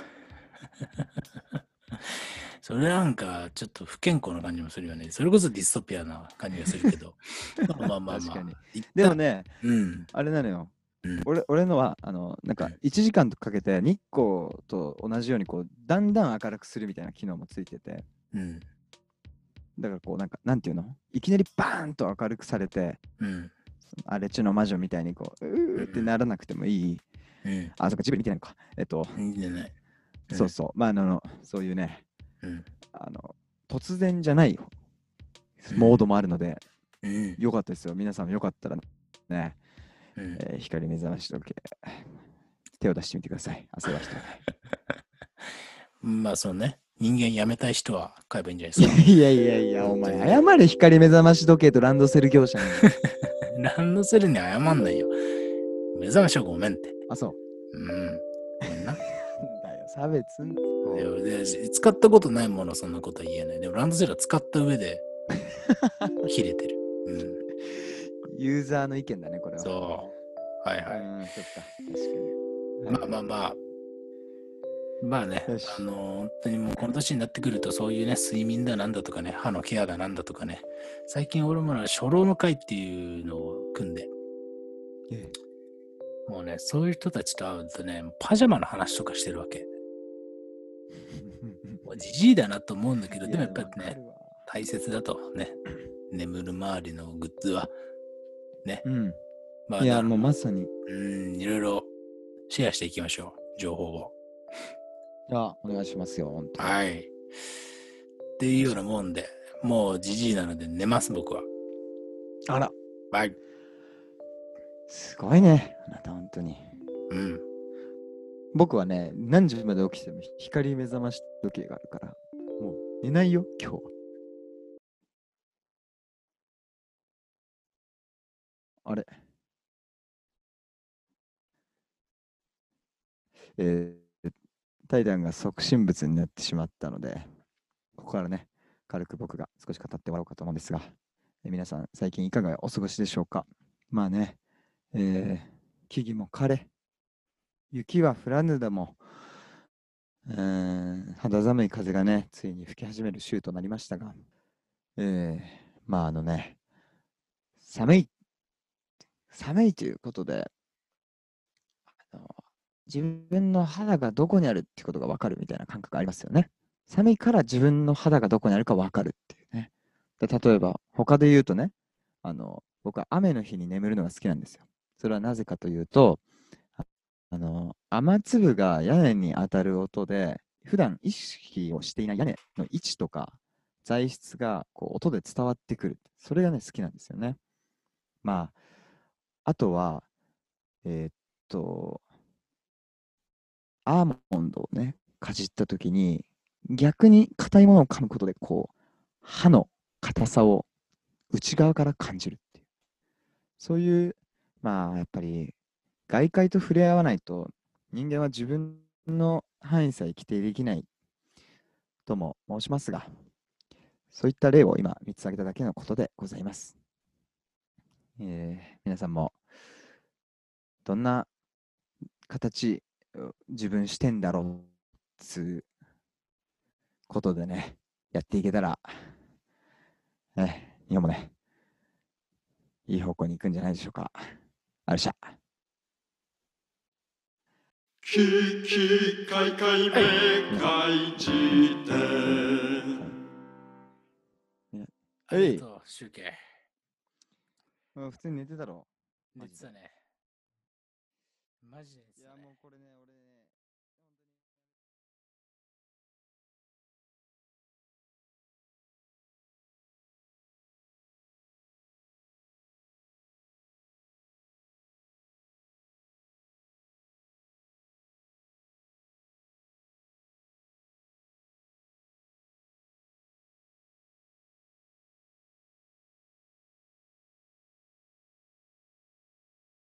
それなんかちょっと不健康な感じもするよね。それこそディストピアな感じがするけど。まあまあまあまあ。 でもね、 うん、 あれなのよ。うん、俺, 俺のはあのなんかいちじかんかけて日光と同じようにこうだんだん明るくするみたいな機能もついてて、うん、だからこうなんかなんていうのいきなりバーンと明るくされて、うん、あれちの魔女みたいにこううーってならなくてもいい、うん、あそっか自分見てないのかえっと見てない、 うん、そうそうまああのそういうね、うん、あの突然じゃないモードもあるので、うん、よかったですよ皆さんもよかったらねうんえー、光目覚まし時計手を出してみてください。汗は人で。 まあそうね。人間辞めたい人は買えばいいんじゃないですか。 いやいやいや、お前謝れ光目覚まし時計とランドセル業者に。ランドセルに謝んないよ。目覚ましはごめんって。 あ、そう。 うん。ごめんな。だよ、 差別んで使ったことないものそんなことは言えない。でもランドセルは使った上で切れてる。うん。 ユーザーの意見だね、これは。 そう。はいはい。 うん、そっか、確かに。 まあまあまあ。まあね、あのー、本当にもうこの年になってくるとそういうね、睡眠だなんだとかね、歯のケアだなんだとかね、最近俺も初老の会っていうのを組んで、ええ、もうね、そういう人たちと会うとね、パジャマの話とかしてるわけ。もうじじいだなと思うんだけど、でもやっぱりね、大切だとね、眠る周りのグッズは、ね。 うん、まあ、いや、もうまさに。 うん、いろいろシェアしていきましょう、情報を。 いや、お願いしますよ、本当に。 はい。っていうようなもんで、もうじじいなので寝ます、僕は。 あら、 はい。 すごいね、あなた、本当に。 うん。 僕はね、何時まで起きても光目覚まし時計があるから、もう寝ないよ、今日。あれ。えー、タイタンが即身仏になってしまったので、ここからね、軽く僕が少し語って終わろうかと思うんですが、えー皆さん、最近いかがお過ごしでしょうか。まあね、えー、木々も枯れ、雪は降らぬだも、うーん、肌寒い風がね、ついに吹き始める週となりましたが、えー、まああのね、寒い、寒いということで、あの自分の肌がどこにあるってことが分かるみたいな感覚ありますよね。寒いから自分の肌がどこにあるか分かるっていうね。で例えば、他で言うとね、あの、僕は雨の日に眠るのが好きなんですよ。それはなぜかというと、ああの、雨粒が屋根に当たる音で、普段意識をしていない屋根の位置とか材質がこう音で伝わってくる。それがね、好きなんですよね。まあ、あとは、えーっと、アーモンドをね、かじったときに、逆に硬いものを噛むことで、こう、歯の硬さを内側から感じるっていう。そういう、まあ、やっぱり、外界と触れ合わないと、人間は自分の範囲さえ規定できないとも申しますが、そういった例を今みっつ挙げただけのことでございます。えー皆さんも、どんな形、自分してんだろうっつうことでね、やっていけたら、ね、日本もね、いい方向に行くんじゃないでしょうか。あるしゃ。 ききかいかいめかいじ典ありがとう、集計。 普通に寝てたろ。 寝てたね。マジで寝てたね。 いや、もうこれね、俺。